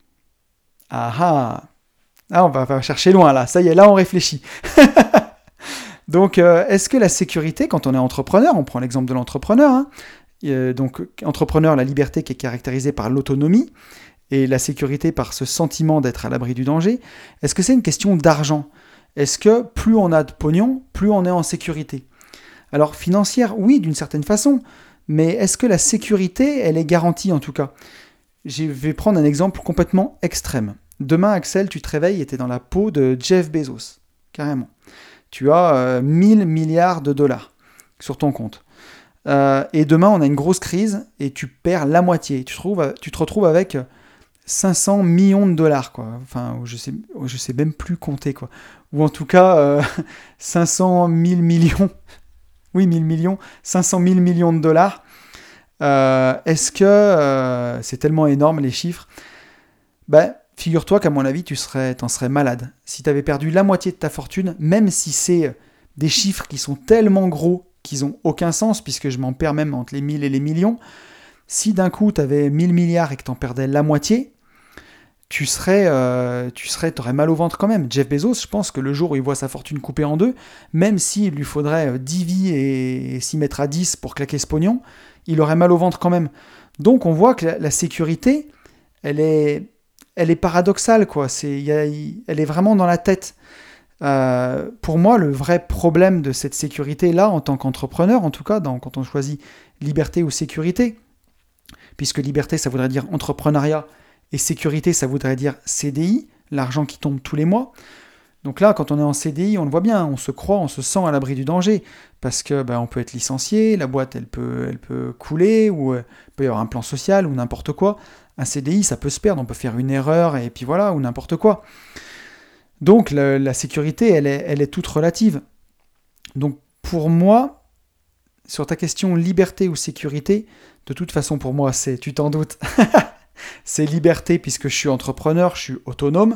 Ah, on va chercher loin là, ça y est, là on réfléchit. Donc, est-ce que la sécurité, quand on est entrepreneur, on prend l'exemple de l'entrepreneur, donc entrepreneur, la liberté qui est caractérisée par l'autonomie, et la sécurité par ce sentiment d'être à l'abri du danger, est-ce que c'est une question d'argent ? Est-ce que plus on a de pognon, plus on est en sécurité ? Alors, financière, oui, d'une certaine façon, mais est-ce que la sécurité, elle est garantie en tout cas ? Je vais prendre un exemple complètement extrême. Demain, Axel, tu te réveilles et tu es dans la peau de Jeff Bezos, carrément. Tu as 1000 milliards de dollars sur ton compte. Et demain, on a une grosse crise et tu perds la moitié. Tu te retrouves avec 500 millions de dollars, quoi. Enfin, je sais même plus compter, quoi. Ou en tout cas, 500 000 millions. Oui, 1000 millions. 500 000 millions de dollars. Est-ce que c'est tellement énorme, les chiffres ? Figure-toi qu'à mon avis, t'en serais malade. Si tu avais perdu la moitié de ta fortune, même si c'est des chiffres qui sont tellement gros qu'ils n'ont aucun sens, puisque je m'en perds même entre les 1000 et les millions, si d'un coup tu avais 1000 milliards et que tu en perdais la moitié, t'aurais mal au ventre quand même. Jeff Bezos, je pense que le jour où il voit sa fortune coupée en deux, même s'il lui faudrait 10 vies et s'y mettre à 10 pour claquer ce pognon, il aurait mal au ventre quand même. Donc on voit que la sécurité, elle est paradoxale, quoi. Elle est vraiment dans la tête. Pour moi, le vrai problème de cette sécurité-là, en tant qu'entrepreneur, en tout cas, quand on choisit liberté ou sécurité, puisque liberté, ça voudrait dire entrepreneuriat, et sécurité, ça voudrait dire CDI, l'argent qui tombe tous les mois. Donc là, quand on est en CDI, on le voit bien, on se croit, on se sent à l'abri du danger, parce que on peut être licencié, la boîte, elle peut couler, ou il peut y avoir un plan social, ou n'importe quoi. Un CDI, ça peut se perdre, on peut faire une erreur, et puis voilà, ou n'importe quoi. Donc la sécurité, elle est toute relative. Donc pour moi, sur ta question liberté ou sécurité, de toute façon pour moi, tu t'en doutes, c'est liberté puisque je suis entrepreneur, je suis autonome,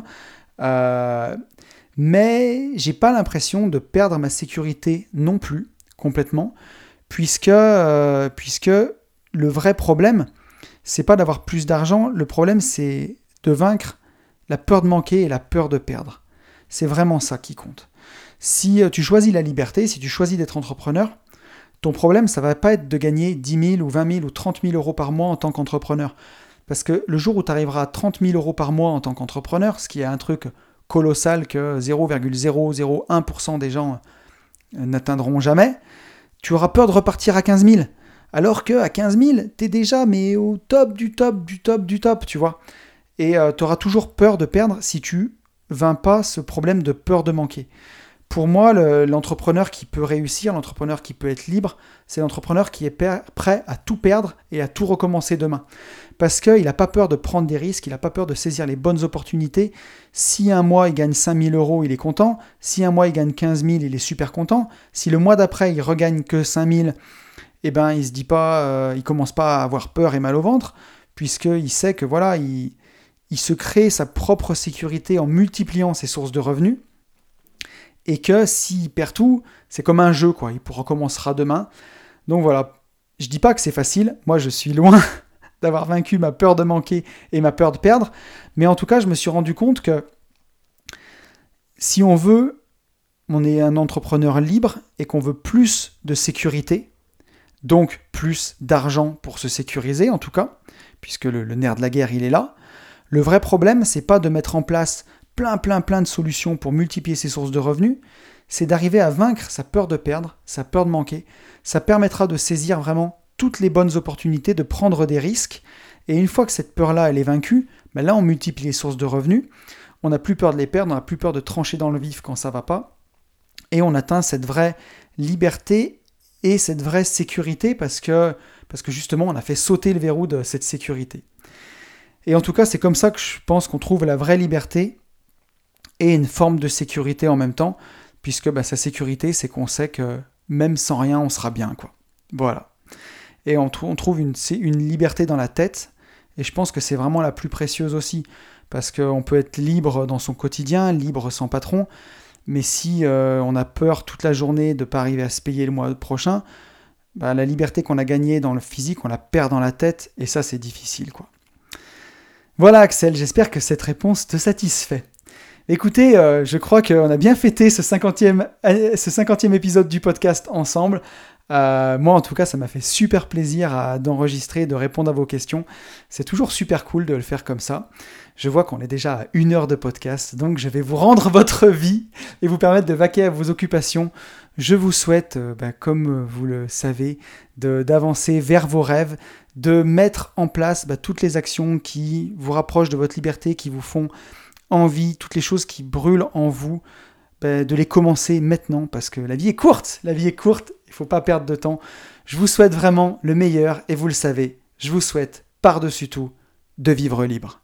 mais j'ai pas l'impression de perdre ma sécurité non plus, complètement, puisque le vrai problème, c'est pas d'avoir plus d'argent, le problème c'est de vaincre la peur de manquer et la peur de perdre. C'est vraiment ça qui compte. Si tu choisis la liberté, si tu choisis d'être entrepreneur, ton problème, ça va pas être de gagner 10 000 ou 20 000 ou 30 000 euros par mois en tant qu'entrepreneur. Parce que le jour où tu arriveras à 30 000 euros par mois en tant qu'entrepreneur, ce qui est un truc colossal que 0,001% des gens n'atteindront jamais, tu auras peur de repartir à 15 000. Alors qu'à 15 000, tu es déjà au top du top du top du top, tu vois. Et tu auras toujours peur de perdre si tu vaincs pas ce problème de peur de manquer. Pour moi, l'entrepreneur qui peut réussir, l'entrepreneur qui peut être libre, c'est l'entrepreneur qui est prêt à tout perdre et à tout recommencer demain. Parce qu'il n'a pas peur de prendre des risques, il n'a pas peur de saisir les bonnes opportunités. Si un mois, il gagne 5 000 euros, il est content. Si un mois, il gagne 15 000, il est super content. Si le mois d'après, il regagne que 5 000, il se dit pas, il commence pas à avoir peur et mal au ventre, puisqu'il sait que voilà, il se crée sa propre sécurité en multipliant ses sources de revenus. Et que s'il perd tout, c'est comme un jeu, quoi. Il recommencera demain. Donc voilà, je dis pas que c'est facile. Moi, je suis loin d'avoir vaincu ma peur de manquer et ma peur de perdre. Mais en tout cas, je me suis rendu compte que si on est un entrepreneur libre et qu'on veut plus de sécurité, donc plus d'argent pour se sécuriser en tout cas, puisque le nerf de la guerre il est là, le vrai problème c'est pas de mettre en place plein de solutions pour multiplier ses sources de revenus, c'est d'arriver à vaincre sa peur de perdre, sa peur de manquer. Ça permettra de saisir vraiment toutes les bonnes opportunités, de prendre des risques, et une fois que cette peur-là elle est vaincue, là on multiplie les sources de revenus, on n'a plus peur de les perdre, on n'a plus peur de trancher dans le vif quand ça va pas, et on atteint cette vraie liberté et cette vraie sécurité parce que justement on a fait sauter le verrou de cette sécurité. Et en tout cas c'est comme ça que je pense qu'on trouve la vraie liberté et une forme de sécurité en même temps, puisque sa sécurité c'est qu'on sait que même sans rien on sera bien, quoi. Voilà. Et on trouve une liberté dans la tête, et je pense que c'est vraiment la plus précieuse aussi, parce qu'on peut être libre dans son quotidien, libre sans patron, mais si on a peur toute la journée de ne pas arriver à se payer le mois prochain, la liberté qu'on a gagnée dans le physique, on la perd dans la tête, et ça c'est difficile, quoi. Voilà Axel, j'espère que cette réponse te satisfait. Écoutez, je crois qu'on a bien fêté ce 50e épisode du podcast ensemble. Moi en tout cas ça m'a fait super plaisir d'enregistrer, de répondre à vos questions. C'est toujours super cool de le faire comme ça. Je vois qu'on est déjà à 1 heure de podcast, donc je vais vous rendre votre vie et vous permettre de vaquer à vos occupations. Je vous souhaite, comme vous le savez, d'avancer vers vos rêves, de mettre en place toutes les actions qui vous rapprochent de votre liberté, qui vous font envie, toutes les choses qui brûlent en vous, de les commencer maintenant, parce que la vie est courte, il ne faut pas perdre de temps. Je vous souhaite vraiment le meilleur, et vous le savez, je vous souhaite par-dessus tout de vivre libre.